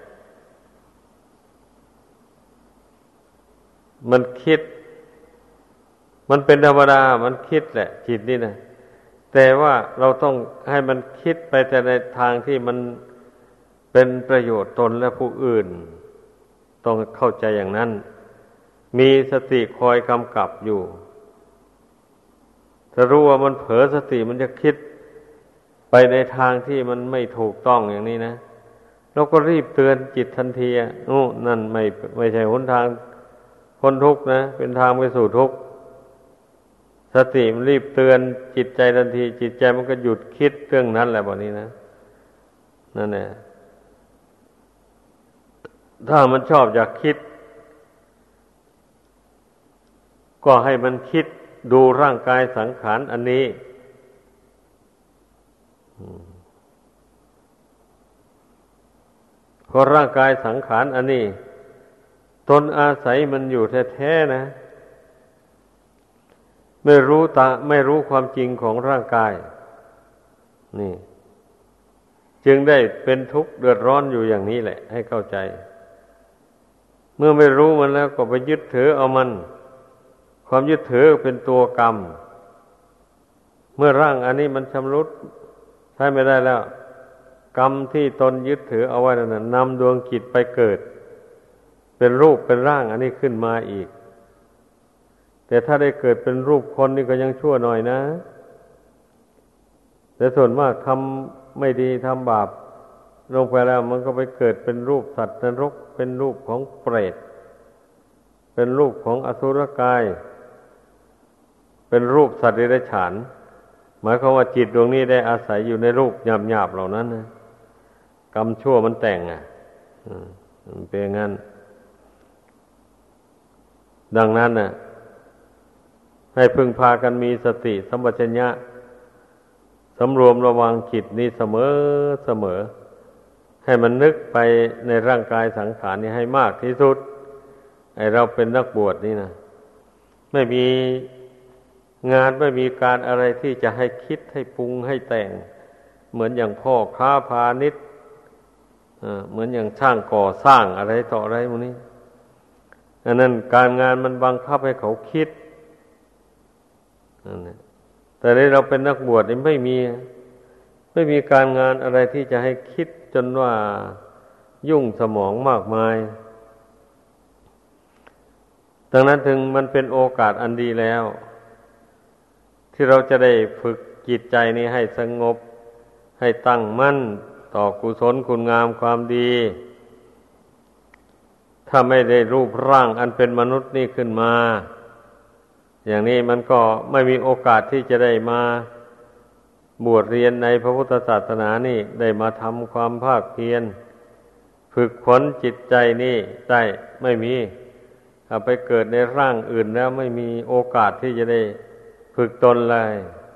มันคิดมันเป็นธรรมดามันคิดแหละจิตนี่นะแต่ว่าเราต้องให้มันคิดไปแต่ในทางที่มันเป็นประโยชน์ตนและผู้อื่นต้องเข้าใจอย่างนั้นมีสติคอยกำกับอยู่ถ้ารู้ว่ามันเผลอสติมันจะคิดไปในทางที่มันไม่ถูกต้องอย่างนี้นะเราก็รีบเตือนจิตทันทีอ่ะโอ้นั่นไม่ไม่ใช่หนทางพ้นทุกข์นะเป็นทางไปสู่ทุกข์สติมันรีบเตือนจิตใจทันทีจิตใจมันก็หยุดคิดเรื่องนั้นแหละแบบนี้นะนั่นแหละถ้ามันชอบอยากคิดก็ให้มันคิดดูร่างกายสังขารอันนี้เพราะร่างกายสังขารอันนี้ตนอาศัยมันอยู่แท้ๆนะไม่รู้ตาไม่รู้ความจริงของร่างกายนี่จึงได้เป็นทุกข์เดือดร้อนอยู่อย่างนี้แหละให้เข้าใจเมื่อไม่รู้มันแล้วก็ไปยึดถือเอามันความยึดถือเป็นตัวกรรมเมื่อร่างอันนี้มันชำรุดใช้ไม่ได้แล้วกรรมที่ตนยึดถือเอาไว้นั้นนำดวงจิตไปเกิดเป็นรูปเป็นร่างอันนี้ขึ้นมาอีกแต่ถ้าได้เกิดเป็นรูปคนนี่ก็ยังชั่วหน่อยนะแต่ส่วนมากทำไม่ดีทำบาปลงไปแล้วมันก็ไปเกิดเป็นรูปสัตว์นรกเป็นรูปของเปรตเป็นรูปของอสุรกายเป็นรูปสัตว์เดรัจฉานหมายความว่าจิตดวงนี้ได้อาศัยอยู่ในรูปหยาบๆเหล่านั้นนะกรรมชั่วมันแต่งอ่ะมันเป็นงั้นดังนั้นน่ะให้พึงพากันมีสติสัมปชัญญะสำรวมระวังจิตนี้เสมอเสมอให้มันนึกไปในร่างกายสังขารนี้ให้มากที่สุดไอเราเป็นนักบวชนี่นะไม่มีงานไม่มีการอะไรที่จะให้คิดให้ปรุงให้แต่งเหมือนอย่างพ่อค้าพาณิชย์เหมือนอย่างช่างก่อสร้างอะไรต่ออะไรพวกนี้อันนั้นการงานมันบังคับให้เขาคิดแต่ในเราเป็นนักบวชนี่ไม่มีไม่มีการงานอะไรที่จะให้คิดจนว่ายุ่งสมองมากมายดังนั้นถึงมันเป็นโอกาสอันดีแล้วที่เราจะได้ฝึกจิตใจนี้ให้สงบให้ตั้งมั่นต่อกุศลคุณงามความดีถ้าไม่ได้รูปร่างอันเป็นมนุษย์นี่ขึ้นมาอย่างนี้มันก็ไม่มีโอกาสที่จะได้มาบวชเรียนในพระพุทธศาสนานี่ได้มาทำความภาคเพียรฝึกฝนจิตใจนี่ได้ไม่มีถ้าไปเกิดในร่างอื่นแล้วไม่มีโอกาสที่จะได้ฝึกตนเลย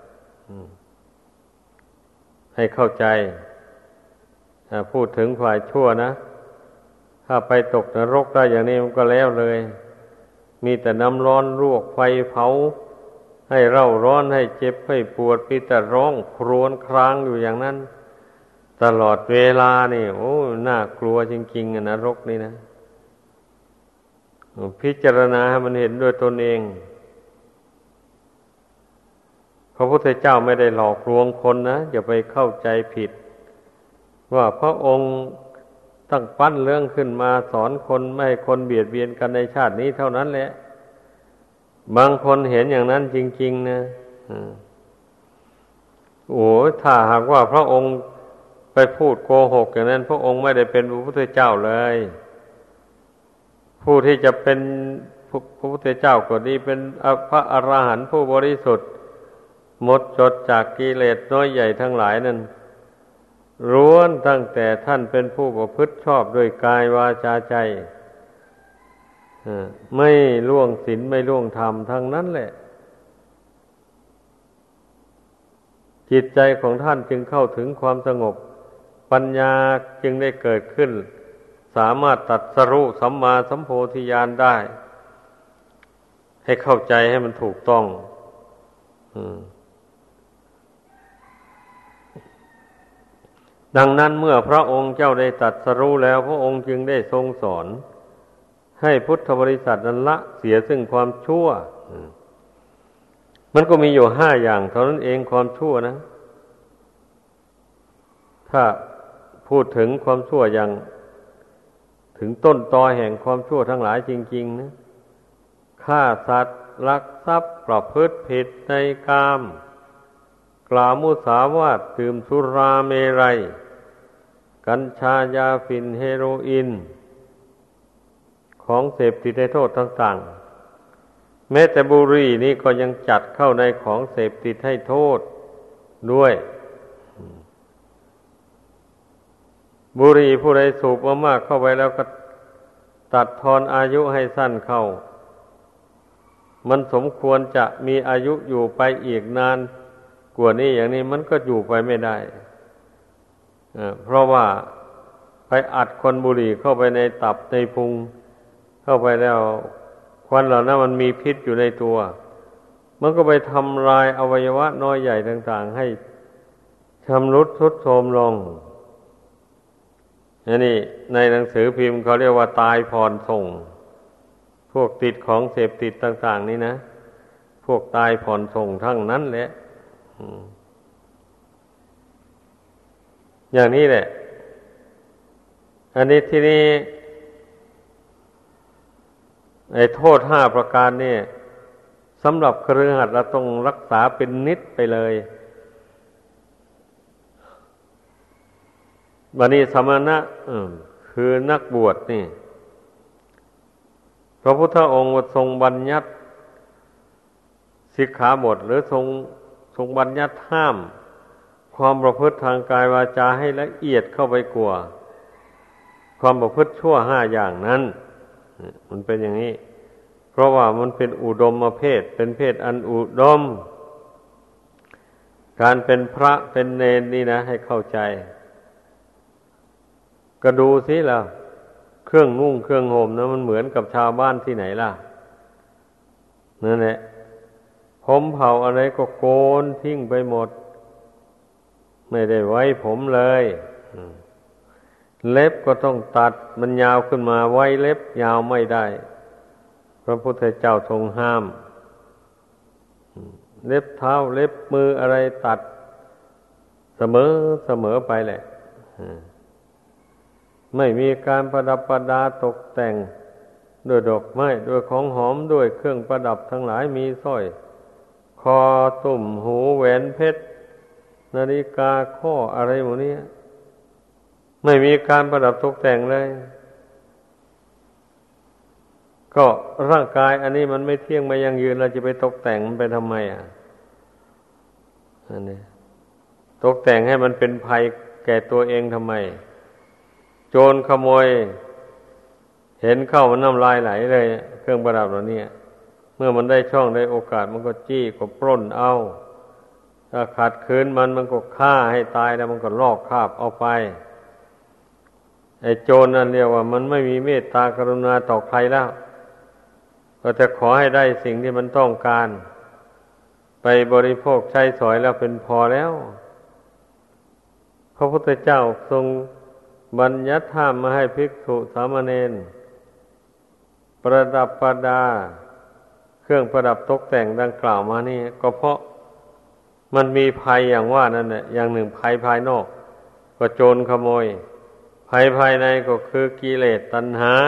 ให้เข้าใจพูดถึงฝ่ายชั่วนะถ้าไปตกนรกได้อย่างนี้มันก็แล้วเลยมีแต่น้ำร้อนลวกไฟเผาให้เร่าร้อนให้เจ็บให้ปวดมีแต่ร้องครวญครางอยู่อย่างนั้นตลอดเวลานี่โอ้น่ากลัวจริงๆนรกนี่นะพิจารณาให้มันเห็นด้วยตนเองพระพุทธเจ้าไม่ได้หลอกลวงคนนะอย่าไปเข้าใจผิดว่าพระองค์ตั้งปั้นเรื่องขึ้นมาสอนคนไม่ให้คนเบียดเบียนกันในชาตินี้เท่านั้นแหละบางคนเห็นอย่างนั้นจริงๆนะโอ้ถ้าหากว่าพระองค์ไปพูดโกหกอย่างนั้นพระองค์ไม่ได้เป็นพระพุทธเจ้าเลยผู้ที่จะเป็นพระพุทธเจ้าก็ดีเป็นพระอรหันต์ผู้บริสุทธิ์หมดจดจากกิเลสน้อยใหญ่ทั้งหลายนั้นล้วนตั้งแต่ท่านเป็นผู้ประพฤติชอบด้วยกายวาจาใจไม่ล่วงศีลไม่ล่วงธรรมทั้งนั้นแหละจิตใจของท่านจึงเข้าถึงความสงบปัญญาจึงได้เกิดขึ้นสามารถตรัสรู้สัมมาสัมโพธิญาณได้ให้เข้าใจให้มันถูกต้องดังนั้นเมื่อพระองค์เจ้าได้ตรัสรู้แล้วพระองค์จึงได้ทรงสอนให้พุทธบริษัทนั้นละเสียซึ่งความชั่วมันก็มีอยู่ห้าอย่างเท่านั้นเองความชั่วนะถ้าพูดถึงความชั่วอย่างถึงต้นตอแห่งความชั่วทั้งหลายจริงๆนะฆ่าสัตว์ลักทรัพย์ประพฤติผิดในกามกล่าวมุสาวาทดื่มสุราเมรัยกัญชายาฝิ่นเฮโรอีนของเสพติดในโทษต่างๆแม้แต่บุหรี่นี่ก็ยังจัดเข้าในของเสพติดให้โทษด้วยบุหรี่ผู้ใดสูบมากๆเข้าไปแล้วก็ตัดทอนอายุให้สั้นเข้ามันสมควรจะมีอายุอยู่ไปอีกนานกว่านี้อย่างนี้มันก็อยู่ไปไม่ได้เพราะว่าไปอัดควันบุหรี่เข้าไปในตับในพุงเข้าไปแล้วควันเหล่านั้นมันมีพิษอยู่ในตัวมันก็ไปทำลายอวัยวะน้อยใหญ่ต่างๆให้ชำรุดทรุดโทรมลงอันนี้ในหนังสือพิมพ์เขาเรียกว่าตายผ่อนส่งพวกติดของเสพติดต่างๆนี่นะพวกตายผ่อนส่งทั้งนั้นแหละอย่างนี้แหละอันนี้ที่นี้ไอ้โทษห้าประการนี่สำหรับคฤหัสถ์เราต้องรักษาเป็นนิจไปเลยบัดนี้สมณะคือนักบวชนี่พระพุทธองค์ทรงบัญญัติสิกขาบทหรือทรงทรงบัญญัติห้ามความประพฤติทางกายวาจาให้ละเอียดเข้าไปกว่าความประพฤติชั่วห้าอย่างนั้นมันเป็นอย่างนี้เพราะว่ามันเป็นอุดมเพศเป็นเพศอันอุดมการเป็นพระเป็นเณรนี่นะให้เข้าใจก็ดูสิล่ะเครื่องนุ่งเครื่องห่มนะมันเหมือนกับชาวบ้านที่ไหนล่ะนั่นแหละผมเผาอะไรก็โกนทิ้งไปหมดไม่ได้ไว้ผมเลยเล็บก็ต้องตัดมันยาวขึ้นมาไว้เล็บยาวไม่ได้พระพุทธเจ้าทรงห้ามเล็บเท้าเล็บมืออะไรตัดเสมอเสมอไปแหละไม่มีการประดับประดาตกแต่งด้วยดอกไม้ด้วยของหอมด้วยเครื่องประดับทั้งหลายมีสร้อยคคอตุ่มหูแหวนเพชรนาฬิกาข้ออะไรหมดนี้ไม่มีการประดับตกแต่งเลยก็ร่างกายอันนี้มันไม่เที่ยงไม่ยั่งยืนเราจะไปตกแต่งมันไปทำไมอ่ะอันนี้ตกแต่งให้มันเป็นภัยแก่ตัวเองทำไมโจรขโมยเห็นเข้ามันน้ำลายไหลเลยเครื่องประดับเหล่านี้เมื่อมันได้ช่องได้โอกาสมันก็จี้ก็ปล้นเอาถ้าขัดขืนมันมันก็ฆ่าให้ตายแล้วมันก็ลอกคราบเอาไปไอ้โจรนั่นเรียกว่ามันไม่มีเมตตากรุณาต่อใครแล้วก็จะขอให้ได้สิ่งที่มันต้องการไปบริโภคใช้สอยแล้วเป็นพอแล้วพระพุทธเจ้าทรงบัญญัติห้ามมาให้ภิกษุสามเณรประดับประดาเครื่องประดับตกแต่งดังกล่าวมานี่ก็เพราะมันมีภัยอย่างว่านั่นแหละอย่างหนึ่งภัยภายนอกก็โจรขโมยภัยภายในก็คือกิเลสตัณหา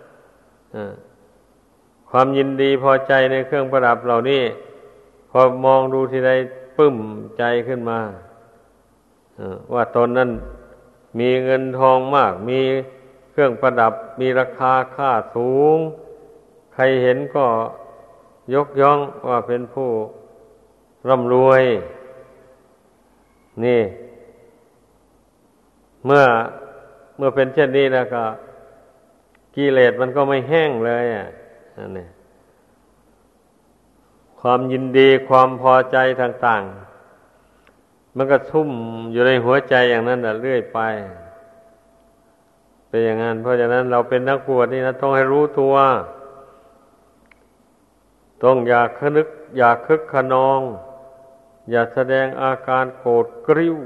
ความยินดีพอใจในเครื่องประดับเหล่านี้พอมองดูทีใดปึ้มใจขึ้นมาว่าตนนั้นมีเงินทองมากมีเครื่องประดับมีราคาค่าสูงใครเห็นก็ยกย่องว่าเป็นผู้ร่ำรวยนี่เมื่อเมื่อเป็นเช่นนี้แล้วก็กิเลสมันก็ไม่แห้งเลยอ่ะนั่นนี่ความยินดีความพอใจต่างๆมันก็ซุ่มอยู่ในหัวใจอย่างนั้นน่ะเรื่อยไปเป็นอย่างนั้นเพราะฉะนั้นเราเป็นนักบวชนี่นะต้องให้รู้ตัวต้องอย่าขนึกอย่าคึกขนองอย่าแสดงอาการโกรธกริ้ว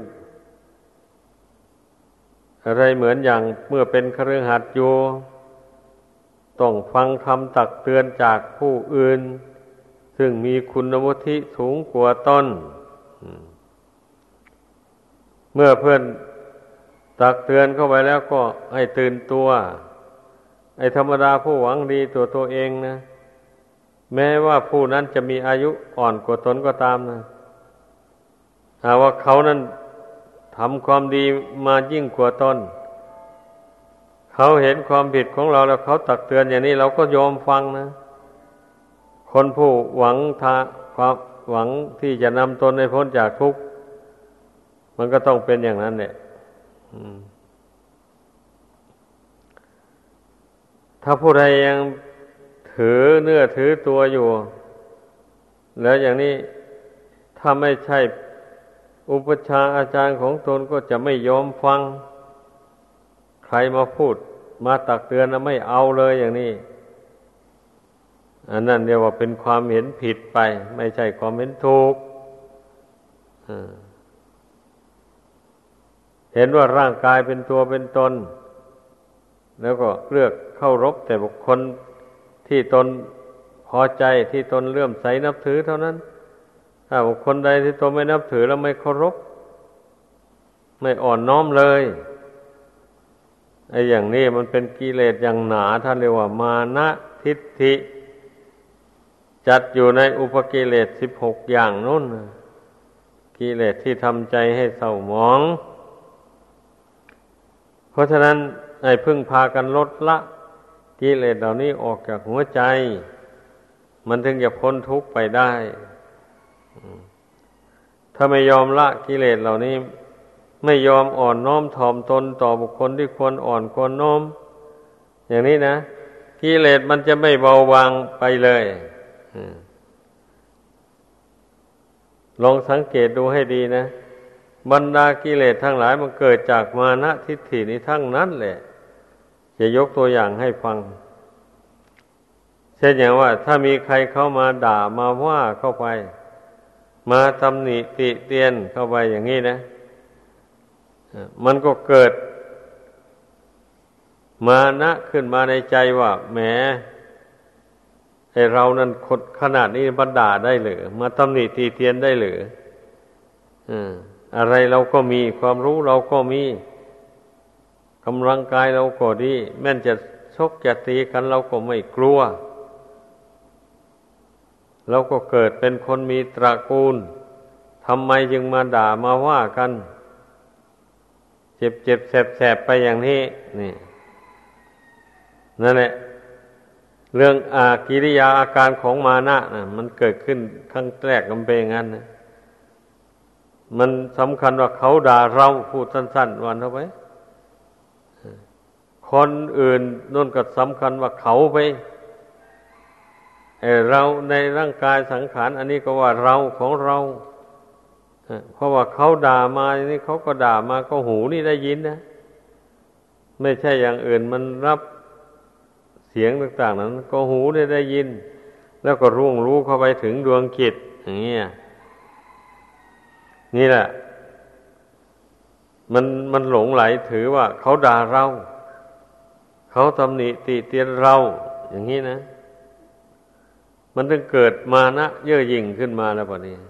อะไรเหมือนอย่างเมื่อเป็นคฤหัสถ์อยู่ต้องฟังคำตักเตือนจากผู้อื่นซึ่งมีคุณวุฒิสูงกว่าตนเมื่อเพื่อนตักเตือนเข้าไปแล้วก็ให้ตื่นตัวไอ้ธรรมดาผู้หวังดีตัวตัวเองนะแม้ว่าผู้นั้นจะมีอายุอ่อนกว่าตนก็ตามนะหากว่าเขานั้นทำความดีมายิ่งกว่าตนเขาเห็นความผิดของเราแล้วเขาตักเตือนอย่างนี้เราก็ยอมฟังนะคนผู้หวังทาความหวังที่จะนำตนให้พ้นจากทุกข์มันก็ต้องเป็นอย่างนั้นแหละถ้าผู้ใดยังถือเนื้อถือตัวอยู่แล้วอย่างนี้ถ้าไม่ใช่อุปชฌาย์อาจารย์ของตนก็จะไม่ยอมฟังใครมาพูดมาตักเตือนแล้วไม่เอาเลยอย่างนี้อันนั้นเรียกว่าเป็นความเห็นผิดไปไม่ใช่ความเห็นถูกเห็นว่าร่างกายเป็นตัวเป็นตนแล้วก็เลือกเข้ารบแต่บุคคลที่ตนพอใจที่ตนเลื่อมใสนับถือเท่านั้นถ้าบุคคลใดที่ตนไม่นับถือแล้วไม่เคารพไม่อ่อนน้อมเลยไอ้อย่างนี้มันเป็นกิเลสอย่างหนาท่านเรียกว่ามานะทิฏฐิจัดอยู่ในอุปกิเลสสิบหกอย่างนู้นกิเลสที่ทำใจให้เศร้าหมองเพราะฉะนั้นให้พึ่งพากันลดละกิเลสเหล่านี้ออกจากหัวใจมันถึงจะพ้นทุกข์ไปได้ถ้าไม่ยอมละกิเลสเหล่านี้ไม่ยอมอ่อนน้อมถ่อมตนต่อบุคคลที่ควรอ่อนควรน้อมอย่างนี้นะกิเลสมันจะไม่เบาบางไปเลยลองสังเกตดูให้ดีนะบรรดากิเลสทั้งหลายมันเกิดจากมานะทิฏฐินี้ทั้งนั้นแหละจะยกตัวอย่างให้ฟังเช่นอย่างว่าถ้ามีใครเข้ามาด่ามาว่าเข้าไปมาตำหนิติเตียนเข้าไปอย่างนี้นะมันก็เกิดมานะขึ้นมาในใจว่าแหมให้เรานั้นคนขนาดนี้บันด่าได้หรือมาตำหนิติเตียนได้หรืออะไรเราก็มีความรู้เราก็มีกำลังกายเราก็ดีแม้นจะชกจะตีกันเราก็ไม่กลัวเราก็เกิดเป็นคนมีตระกูลทำไมจึงมาด่ามาว่ากันเจ็บเจ็บแสบแสบไปอย่างนี้นี่นั่นแหละเรื่องอากิริยาอาการของมานะนะมันเกิดขึ้นครั้งแรกมันเป็นอย่างนั้นนะมันสำคัญว่าเขาด่าเราพูดสั้นๆวันเท่าไหร่คนอื่นนั่นก็สำคัญว่าเขาไปเออเราในร่างกายสังขารอันนี้ก็ว่าเราของเราเพราะว่าเขาด่ามาอย่างนี้เขาก็ด่ามาก็หูนี่ได้ยินนะไม่ใช่อย่างอื่นมันรับเสียงต่างๆนั้นก็หูได้ได้ยินแล้วก็ร่วงรู้เข้าไปถึงดวงจิตอย่างนี้นี่แหละมันมันหลงไหลถือว่าเขาด่าเราเขาตำหนิติเตียนเราอย่างนี้นะมันถึงเกิดมานะเย่อหยิ่งขึ้นมาแล้วป่ะนี่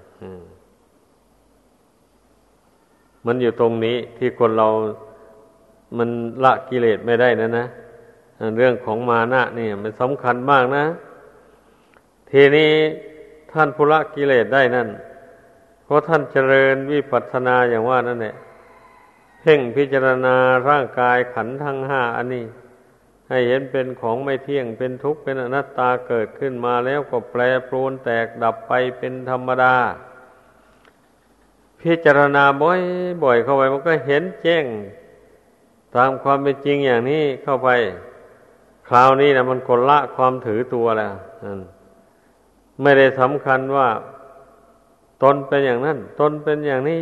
มันอยู่ตรงนี้ที่คนเรามันละกิเลสไม่ได้นะนะเรื่องของมานะนี่มันสำคัญมากนะทีนี้ท่านผู้ละกิเลสได้นั่นเพราะท่านเจริญวิปัสสนาอย่างว่านั่นแหละเพ่งพิจารณาร่างกายขันธ์ทั้งห้าอันนี้ให้เห็นเป็นของไม่เที่ยงเป็นทุกข์เป็นอนัตตาเกิดขึ้นมาแล้วก็แปรปรวนแตกดับไปเป็นธรรมดาพิจารณาบ่อยบ่อยเข้าไปมันก็เห็นแจ้งตามความเป็นจริงอย่างนี้เข้าไปคราวนี้นะมันก็ละความถือตัวแล้วไม่ได้สำคัญว่าตนเป็นอย่างนั้นตนเป็นอย่างนี้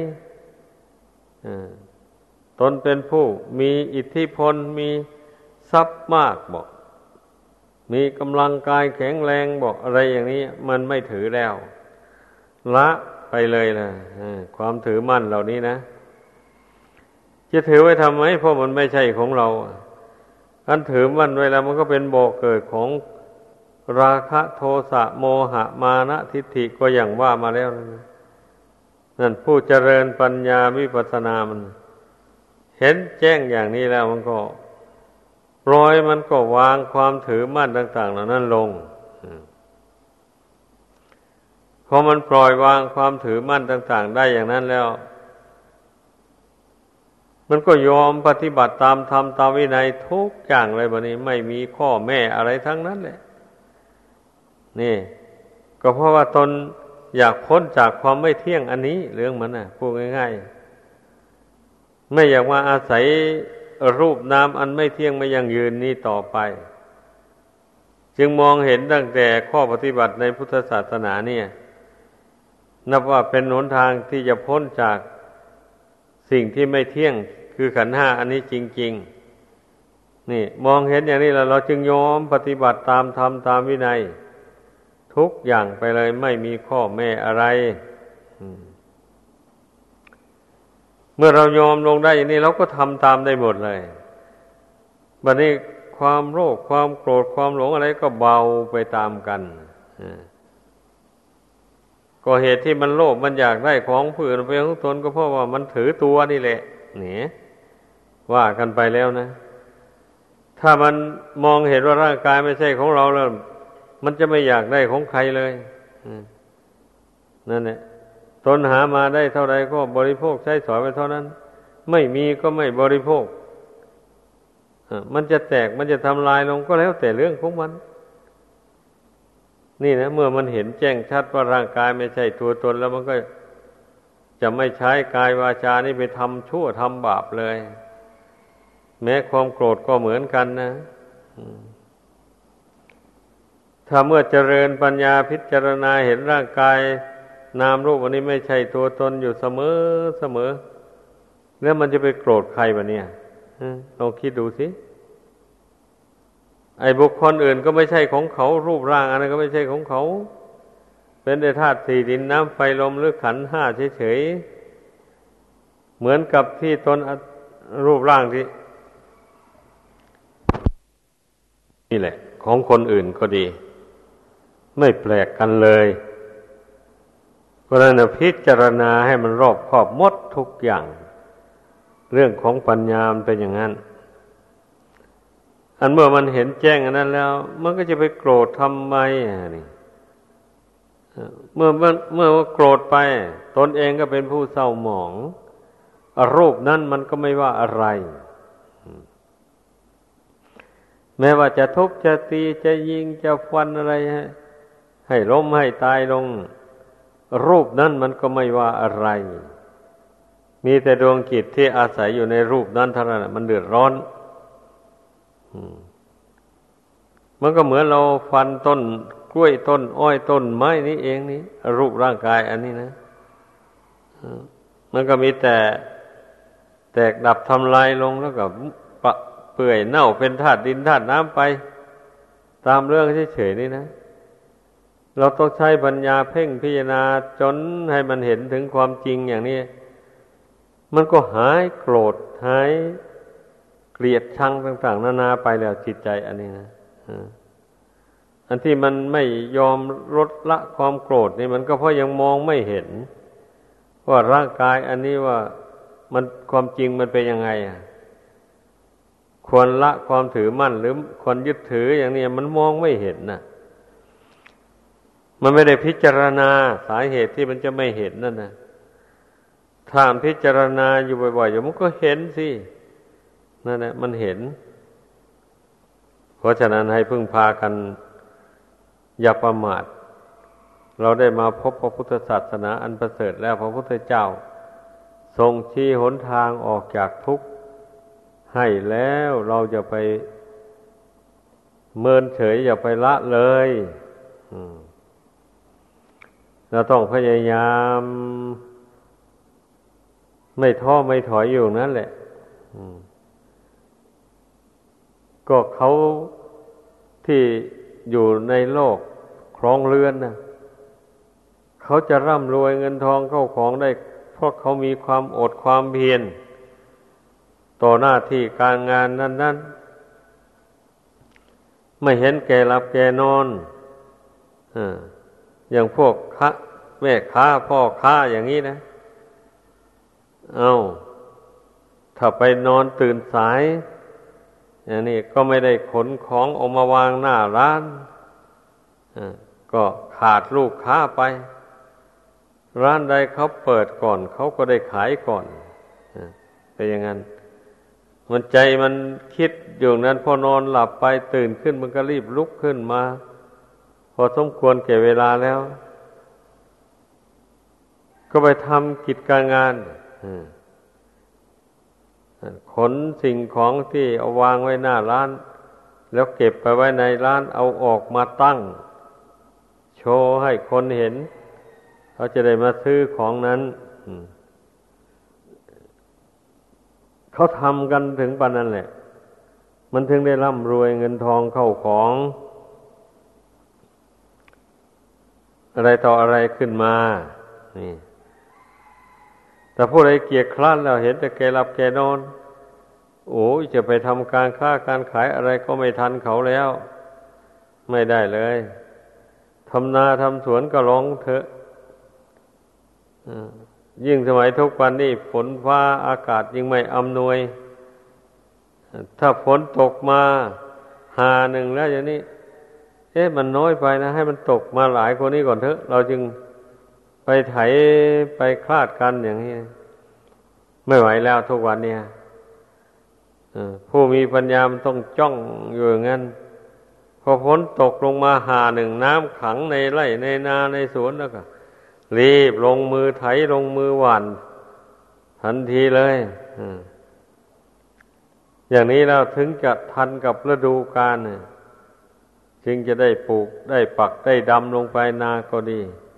ตนเป็นผู้มีอิทธิพลมีทรัพย์มากบอกมีกำลังกายแข็งแรงบอกอะไรอย่างนี้มันไม่ถือแล้วละไปเลยนะความถือมั่นเหล่านี้นะจะถือไว้ทำไมเพราะมันไม่ใช่ของเราอันถือมั่นไว้แล้วมันก็เป็นบ่อเกิดของราคะโทสะโมหะมานะทิฏฐิก็อย่างว่ามาแล้วนั่นผู้เจริญปัญญาวิปัสสนามันเห็นแจ้งอย่างนี้แล้วมันก็ปล่อยมันก็วางความถือมั่นต่างๆเหล่านั้นลงพอมันปล่อยวางความถือมั่นต่างๆได้อย่างนั้นแล้วมันก็ยอมปฏิบัติตามธรรมตามวินัยทุกอย่างเลยบัดนี้ไม่มีข้อแม้อะไรทั้งนั้นแหละนี่ก็เพราะว่าตนอยากพ้นจากความไม่เที่ยงอันนี้เรื่องมันน่ะพูดง่ายๆไม่อยากมาอาศัยรูปนามอันไม่เที่ยงไม่ยั่งยืนนี้ต่อไปจึงมองเห็นตั้งแต่ข้อปฏิบัติในพุทธศาสนาเนี่ยนับว่าเป็นหนทางที่จะพ้นจากสิ่งที่ไม่เที่ยงคือขันธ์ห้าอันนี้จริงๆนี่มองเห็นอย่างนี้แล้วเราจึงยอมปฏิบัติตามธรรมตามวินัยทุกอย่างไปเลยไม่มีข้อแม้อะไรเมื่อเรายอมลงได้อย่างนี้เราก็ทำตามได้หมดเลยบัดนี้ความโลภความโกรธความหลงอะไรก็เบาไปตามกันก็เหตุที่มันโลภมันอยากได้ของผู้อื่นเป็นของตนก็เพราะว่ามันถือตัวนี่แหละนี่ว่ากันไปแล้วนะถ้ามันมองเห็นว่าร่างกายไม่ใช่ของเราแล้วมันจะไม่อยากได้ของใครเลยนั่นแหละตนหามาได้เท่าใดก็บริโภคใช้สอยไปเท่านั้นไม่มีก็ไม่บริโภคมันจะแตกมันจะทำลายลงก็แล้วแต่เรื่องของมันนี่นะเมื่อมันเห็นแจ้งชัดว่าร่างกายไม่ใช่ตัวตนแล้วมันก็จะไม่ใช้กายวาจานี่ไปทำชั่วทำบาปเลยแม้ความโกรธก็เหมือนกันนะถ้าเมื่อเจริญปัญญาพิจารณาเห็นร่างกายนามรูปอันนี้ไม่ใช่ตัวตนอยู่เสมอเสมอแล้วมันจะไปโกรธใครวะเนี่ยลองคิดดูสิไอ้บุคคลอื่นก็ไม่ใช่ของเขารูปร่างอันนั้นก็ไม่ใช่ของเขาเป็นแต่ธาตุสี่ดินน้ำไฟลมหรือขันธ์ห้าเฉยๆเหมือนกับที่ตนรูปร่างที่นี่แหละของคนอื่นก็ดีไม่แปลกกันเลยเพราะฉะนั้นพิจารณาให้มันรอบคอบหมดทุกอย่างเรื่องของปัญญามันเป็นอย่างนั้นอันเมื่อมันเห็นแจ้งอันนั้นแล้วมันก็จะไปโกรธทำไมนี่เมื่อเมื่อเมื่อโกรธไปตนเองก็เป็นผู้เศร้าหมองรูปนั้นมันก็ไม่ว่าอะไรแม้ว่าจะทุบจะตีจะยิงจะฟันอะไรให้ให้ล้มให้ตายลงรูปนั้นมันก็ไม่ว่าอะไรมีแต่ดวงจิตที่อาศัยอยู่ในรูปนั้นเท่านั้นมันเดือดร้อนมันก็เหมือนเราฟันต้นกล้วยต้นอ้อยต้นไม้นี้เองนี่รูปร่างกายอันนี้นะมันก็มีแต่แตกดับทำลายลงแล้วก็ปะเปื่อยเน่าเป็นธาตุดินธาตุน้ำไปตามเรื่องเฉยๆนี่นะเราต้องใช้ปัญญาเพ่งพิจารณาจนให้มันเห็นถึงความจริงอย่างนี้มันก็หายโกรธหายเกลียดชังต่างๆนานาไปแล้วจิตใจอันนี้นะอันที่มันไม่ยอมลดละความโกรธนี่มันก็เพราะยังมองไม่เห็นว่าร่างกายอันนี้ว่ามันความจริงมันเป็นยังไงอ่ะควรละความถือมั่นหรือควรยึดถืออย่างนี้มันมองไม่เห็นน่ะมันไม่ได้พิจารณาสาเหตุที่มันจะไม่เห็นนั่นนะถ้าพิจารณาอยู่บ่อยๆอยู่มันก็เห็นสินั่นแหละมันเห็นเพราะฉะนั้นให้พึ่งพากันอย่าประมาทเราได้มาพบพระพุทธศาสนาอันประเสริฐแล้วพระพุทธเจ้าทรงชี้หนทางออกจากทุกข์ให้แล้วเราจะไปเมินเฉยอย่าไปละเลยเราต้องพยายามไม่ท้อไม่ถอยอยู่นั่นแหละก็เขาที่อยู่ในโลกครองเรือนนะเขาจะร่ำรวยเงินทองเข้าของได้เพราะเขามีความอดความเพียรต่อหน้าที่การงานนั้นๆไม่เห็นแก่หลับแก่นอนอ่าอย่างพวกค้าแม่ค้าพ่อค้าอย่างนี้นะเอาถ้าไปนอนตื่นสายอย่างนี้ก็ไม่ได้ขนของออกมาวางหน้าร้านก็ขาดลูกค้าไปร้านใดเขาเปิดก่อนเขาก็ได้ขายก่อนเป็นอย่างนั้นมันใจมันคิดอยู่นั้นพอนอนหลับไปตื่นขึ้นมันก็รีบลุกขึ้นมาพอสมควรแก่เวลาแล้วก็ไปทำกิจการงานขนสิ่งของที่เอาวางไว้หน้าร้านแล้วเก็บไปไว้ในร้านเอาออกมาตั้งโชว์ให้คนเห็นเขาจะได้มาซื้อของนั้นเขาทำกันถึงปานนั้นแหละมันถึงได้ร่ำรวยเงินทองเข้าของอะไรต่ออะไรขึ้นมานี่แต่ผู้ใดเกียจคร้านแล้วเห็นแต่แกหลับแกนอนโอ้ยจะไปทำการค้าการขายอะไรก็ไม่ทันเขาแล้วไม่ได้เลยทำนาทำสวนก็ร้องเถอะยิ่งสมัยทุกวันนี้ฝนฟ้าอากาศยิ่งไม่อำนวยถ้าฝนตกมาหาหนึ่งแล้วอย่างนี้เอ๊ะมันน้อยไปนะให้มันตกมาหลายคนนี้ก่อนเถอะเราจึงไปไถไปคลาดกันอย่างนี้ไม่ไหวแล้วทุกวันเนี่ยผู้มีปัญญามันต้องจ้องอยู่อย่างนั้นพอฝนตกลงมาหาหนึ่งน้ำขังในไร่ในนาในสวนแล้วก็รีบลงมือไถลงมือหว่านทันทีเลยอย่างนี้แล้วถึงจะทันกับฤดูกาลจึงจะได้ปลูกได้ปักได้ดำลงไปนาก็ดี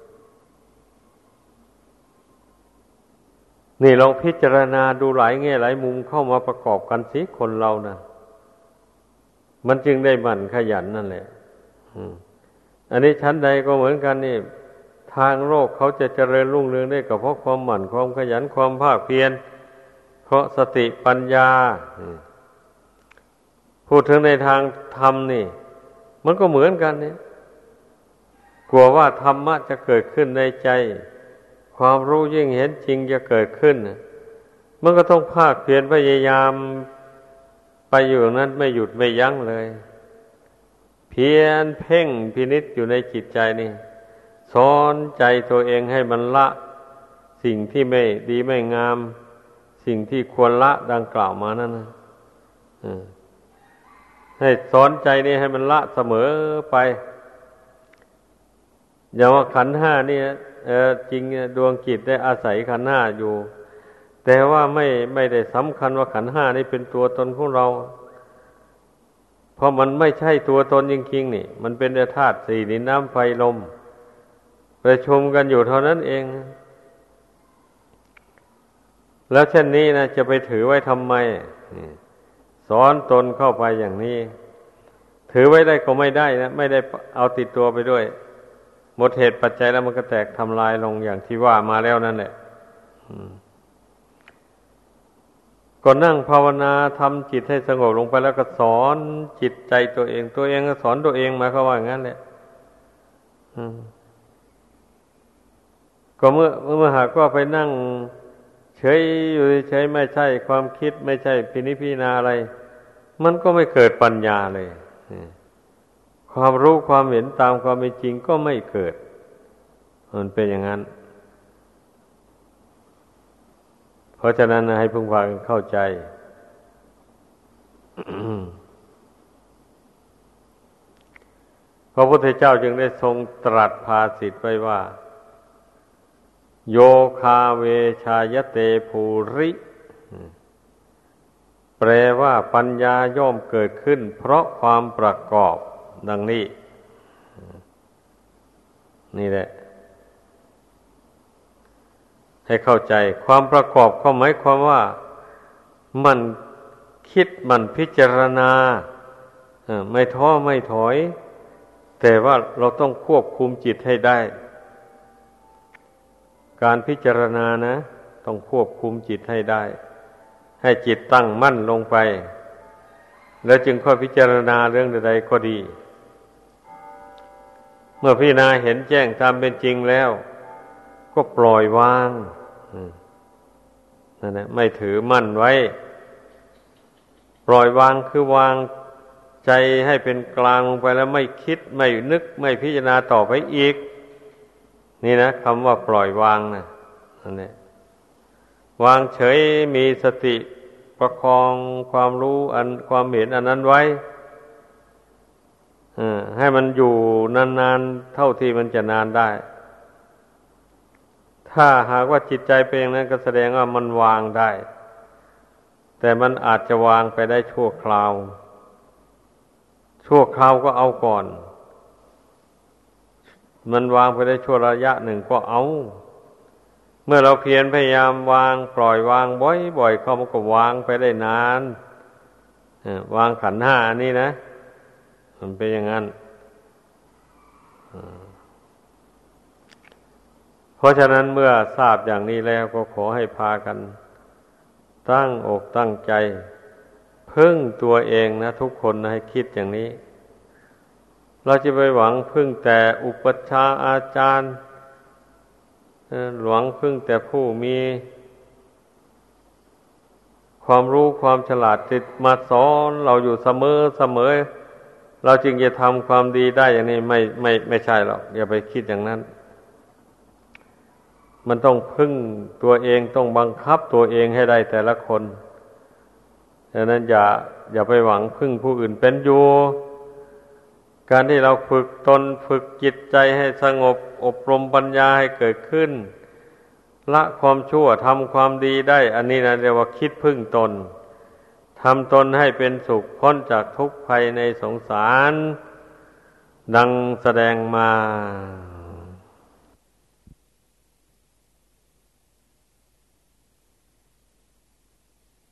นี่ลองพิจารณาดูหลายแง่หลายมุมเข้ามาประกอบกันสิคนเรานะมันจึงได้หมั่นขยันนั่นแหละอันนี้ชั้นใดก็เหมือนกันนี่ทางโลกเขาจะเจริญรุ่งเรืองได้ก็เพราะความหมั่นความขยันความภาคเพียรเพราะสติปัญญาพูดถึงในทางธรรมนี่มันก็เหมือนกันเนี่ยกลัวว่าธรรมะจะเกิดขึ้นในใจความรู้ยิ่งเห็นจริงจะเกิดขึ้นมันก็ต้องภาคเพียรพยายามไปอยู่นั้นไม่หยุดไม่ยั้งเลยเพียรเพ่งพินิจอยู่ในจิตใจนี่สอนใจตัวเองให้มันละสิ่งที่ไม่ดีไม่งามสิ่งที่ควรละดังกล่าวมานั่นนะให้สอนใจนี่ให้มันละเสมอไปอย่างว่าขันธ์ห้านี่เออจริงดวงจิตได้อาศัยขันธ์ห้าอยู่แต่ว่าไม่ไม่ได้สำคัญว่าขันธ์ห้านี่เป็นตัวตนของเราเพราะมันไม่ใช่ตัวตนจริงๆนี่มันเป็นธาตุสี่ดินน้ำไฟลมประชุมกันอยู่เท่านั้นเองแล้วเช่นนี้นะจะไปถือไว้ทำไมสอนตนเข้าไปอย่างนี้ถือไว้ได้ก็ไม่ได้นะไม่ได้เอาติดตัวไปด้วยหมดเหตุปัจจัยแล้วมันก็แตกทำลายลงอย่างที่ว่ามาแล้วนั่นแหละก็นั่งภาวนาทำจิตให้สงบลงไปแล้วก็สอนจิตใจตัวเองตัวเองก็สอนตัวเองหมายความว่าอย่างนั้นแหละก็เมื่อเมื่อหากว่าไปนั่งเฉยอยู่เฉยไม่ใช่ความคิดไม่ใช่พินิจพิจารณาอะไรมันก็ไม่เกิดปัญญาเลยความรู้ความเห็นตามความเป็นจริงก็ไม่เกิดมันเป็นอย่างนั้นเพราะฉะนั้นให้พึงพากันเข้าใจ พระพุทธเจ้าจึงได้ทรงตรัสภาษิตไว้ว่าโยคาเวชายเตภูริแปลว่าปัญญาย่อมเกิดขึ้นเพราะความประกอบดังนี้นี่แหละให้เข้าใจความประกอบก็หมายความว่ามันคิดมันพิจารณาไม่ท้อไม่ถอยแต่ว่าเราต้องควบคุมจิตให้ได้การพิจารณานะต้องควบคุมจิตให้ได้ให้จิตตั้งมั่นลงไปแล้วจึงค่อยพิจารณาเรื่องใดๆก็ดีเมื่อพิจารณาเห็นแจ้งตามเป็นจริงแล้วก็ปล่อยวางนั่นแหละไม่ถือมั่นไว้ปล่อยวางคือวางใจให้เป็นกลางลงไปแล้วไม่คิดไม่นึกไม่พิจารณาต่อไปอีกนี่นะคำว่าปล่อยวางนะนั่นแหละวางเฉยมีสติประคองความรู้อันความเห็นอันนั้นไว้ให้มันอยู่นานๆเท่าที่มันจะนานได้ถ้าหากว่าจิตใจเป็นอย่างนั้นก็แสดงว่ามันวางได้แต่มันอาจจะวางไปได้ชั่วคราวชั่วคราวก็เอาก่อนมันวางไปได้ชั่วระยะหนึ่งก็เอาเมื่อเราเพียรพยายามวางปล่อยวางบ่อยๆเข้ามันก็วางไปได้นานวางขันธ์ห้านี่นะมันเป็นอย่างนั้นเพราะฉะนั้นเมื่อทราบอย่างนี้แล้วก็ขอให้พากันตั้งอกตั้งใจพึ่งตัวเองนะทุกคนนะให้คิดอย่างนี้เราจะไปหวังพึ่งแต่อุปัชฌาย์อาจารย์หวังพึ่งแต่ผู้มีความรู้ความฉลาดติดมาสอนเราอยู่เสมอเสมอเราจึงจะทำความดีได้อย่างนี้ไม่ไม่ไม่ใช่หรอกอย่าไปคิดอย่างนั้นมันต้องพึ่งตัวเองต้องบังคับตัวเองให้ได้แต่ละคนดังนั้นอย่าอย่าไปหวังพึ่งผู้อื่นเป็นอยู่การที่เราฝึกตนฝึกจิตใจให้สงบอบรมปัญญาให้เกิดขึ้นละความชั่วทำความดีได้อันนี้นะเรียกว่าคิดพึ่งตนทำตนให้เป็นสุขพ้นจากทุกข์ภัยในสงสารดังแสดงมา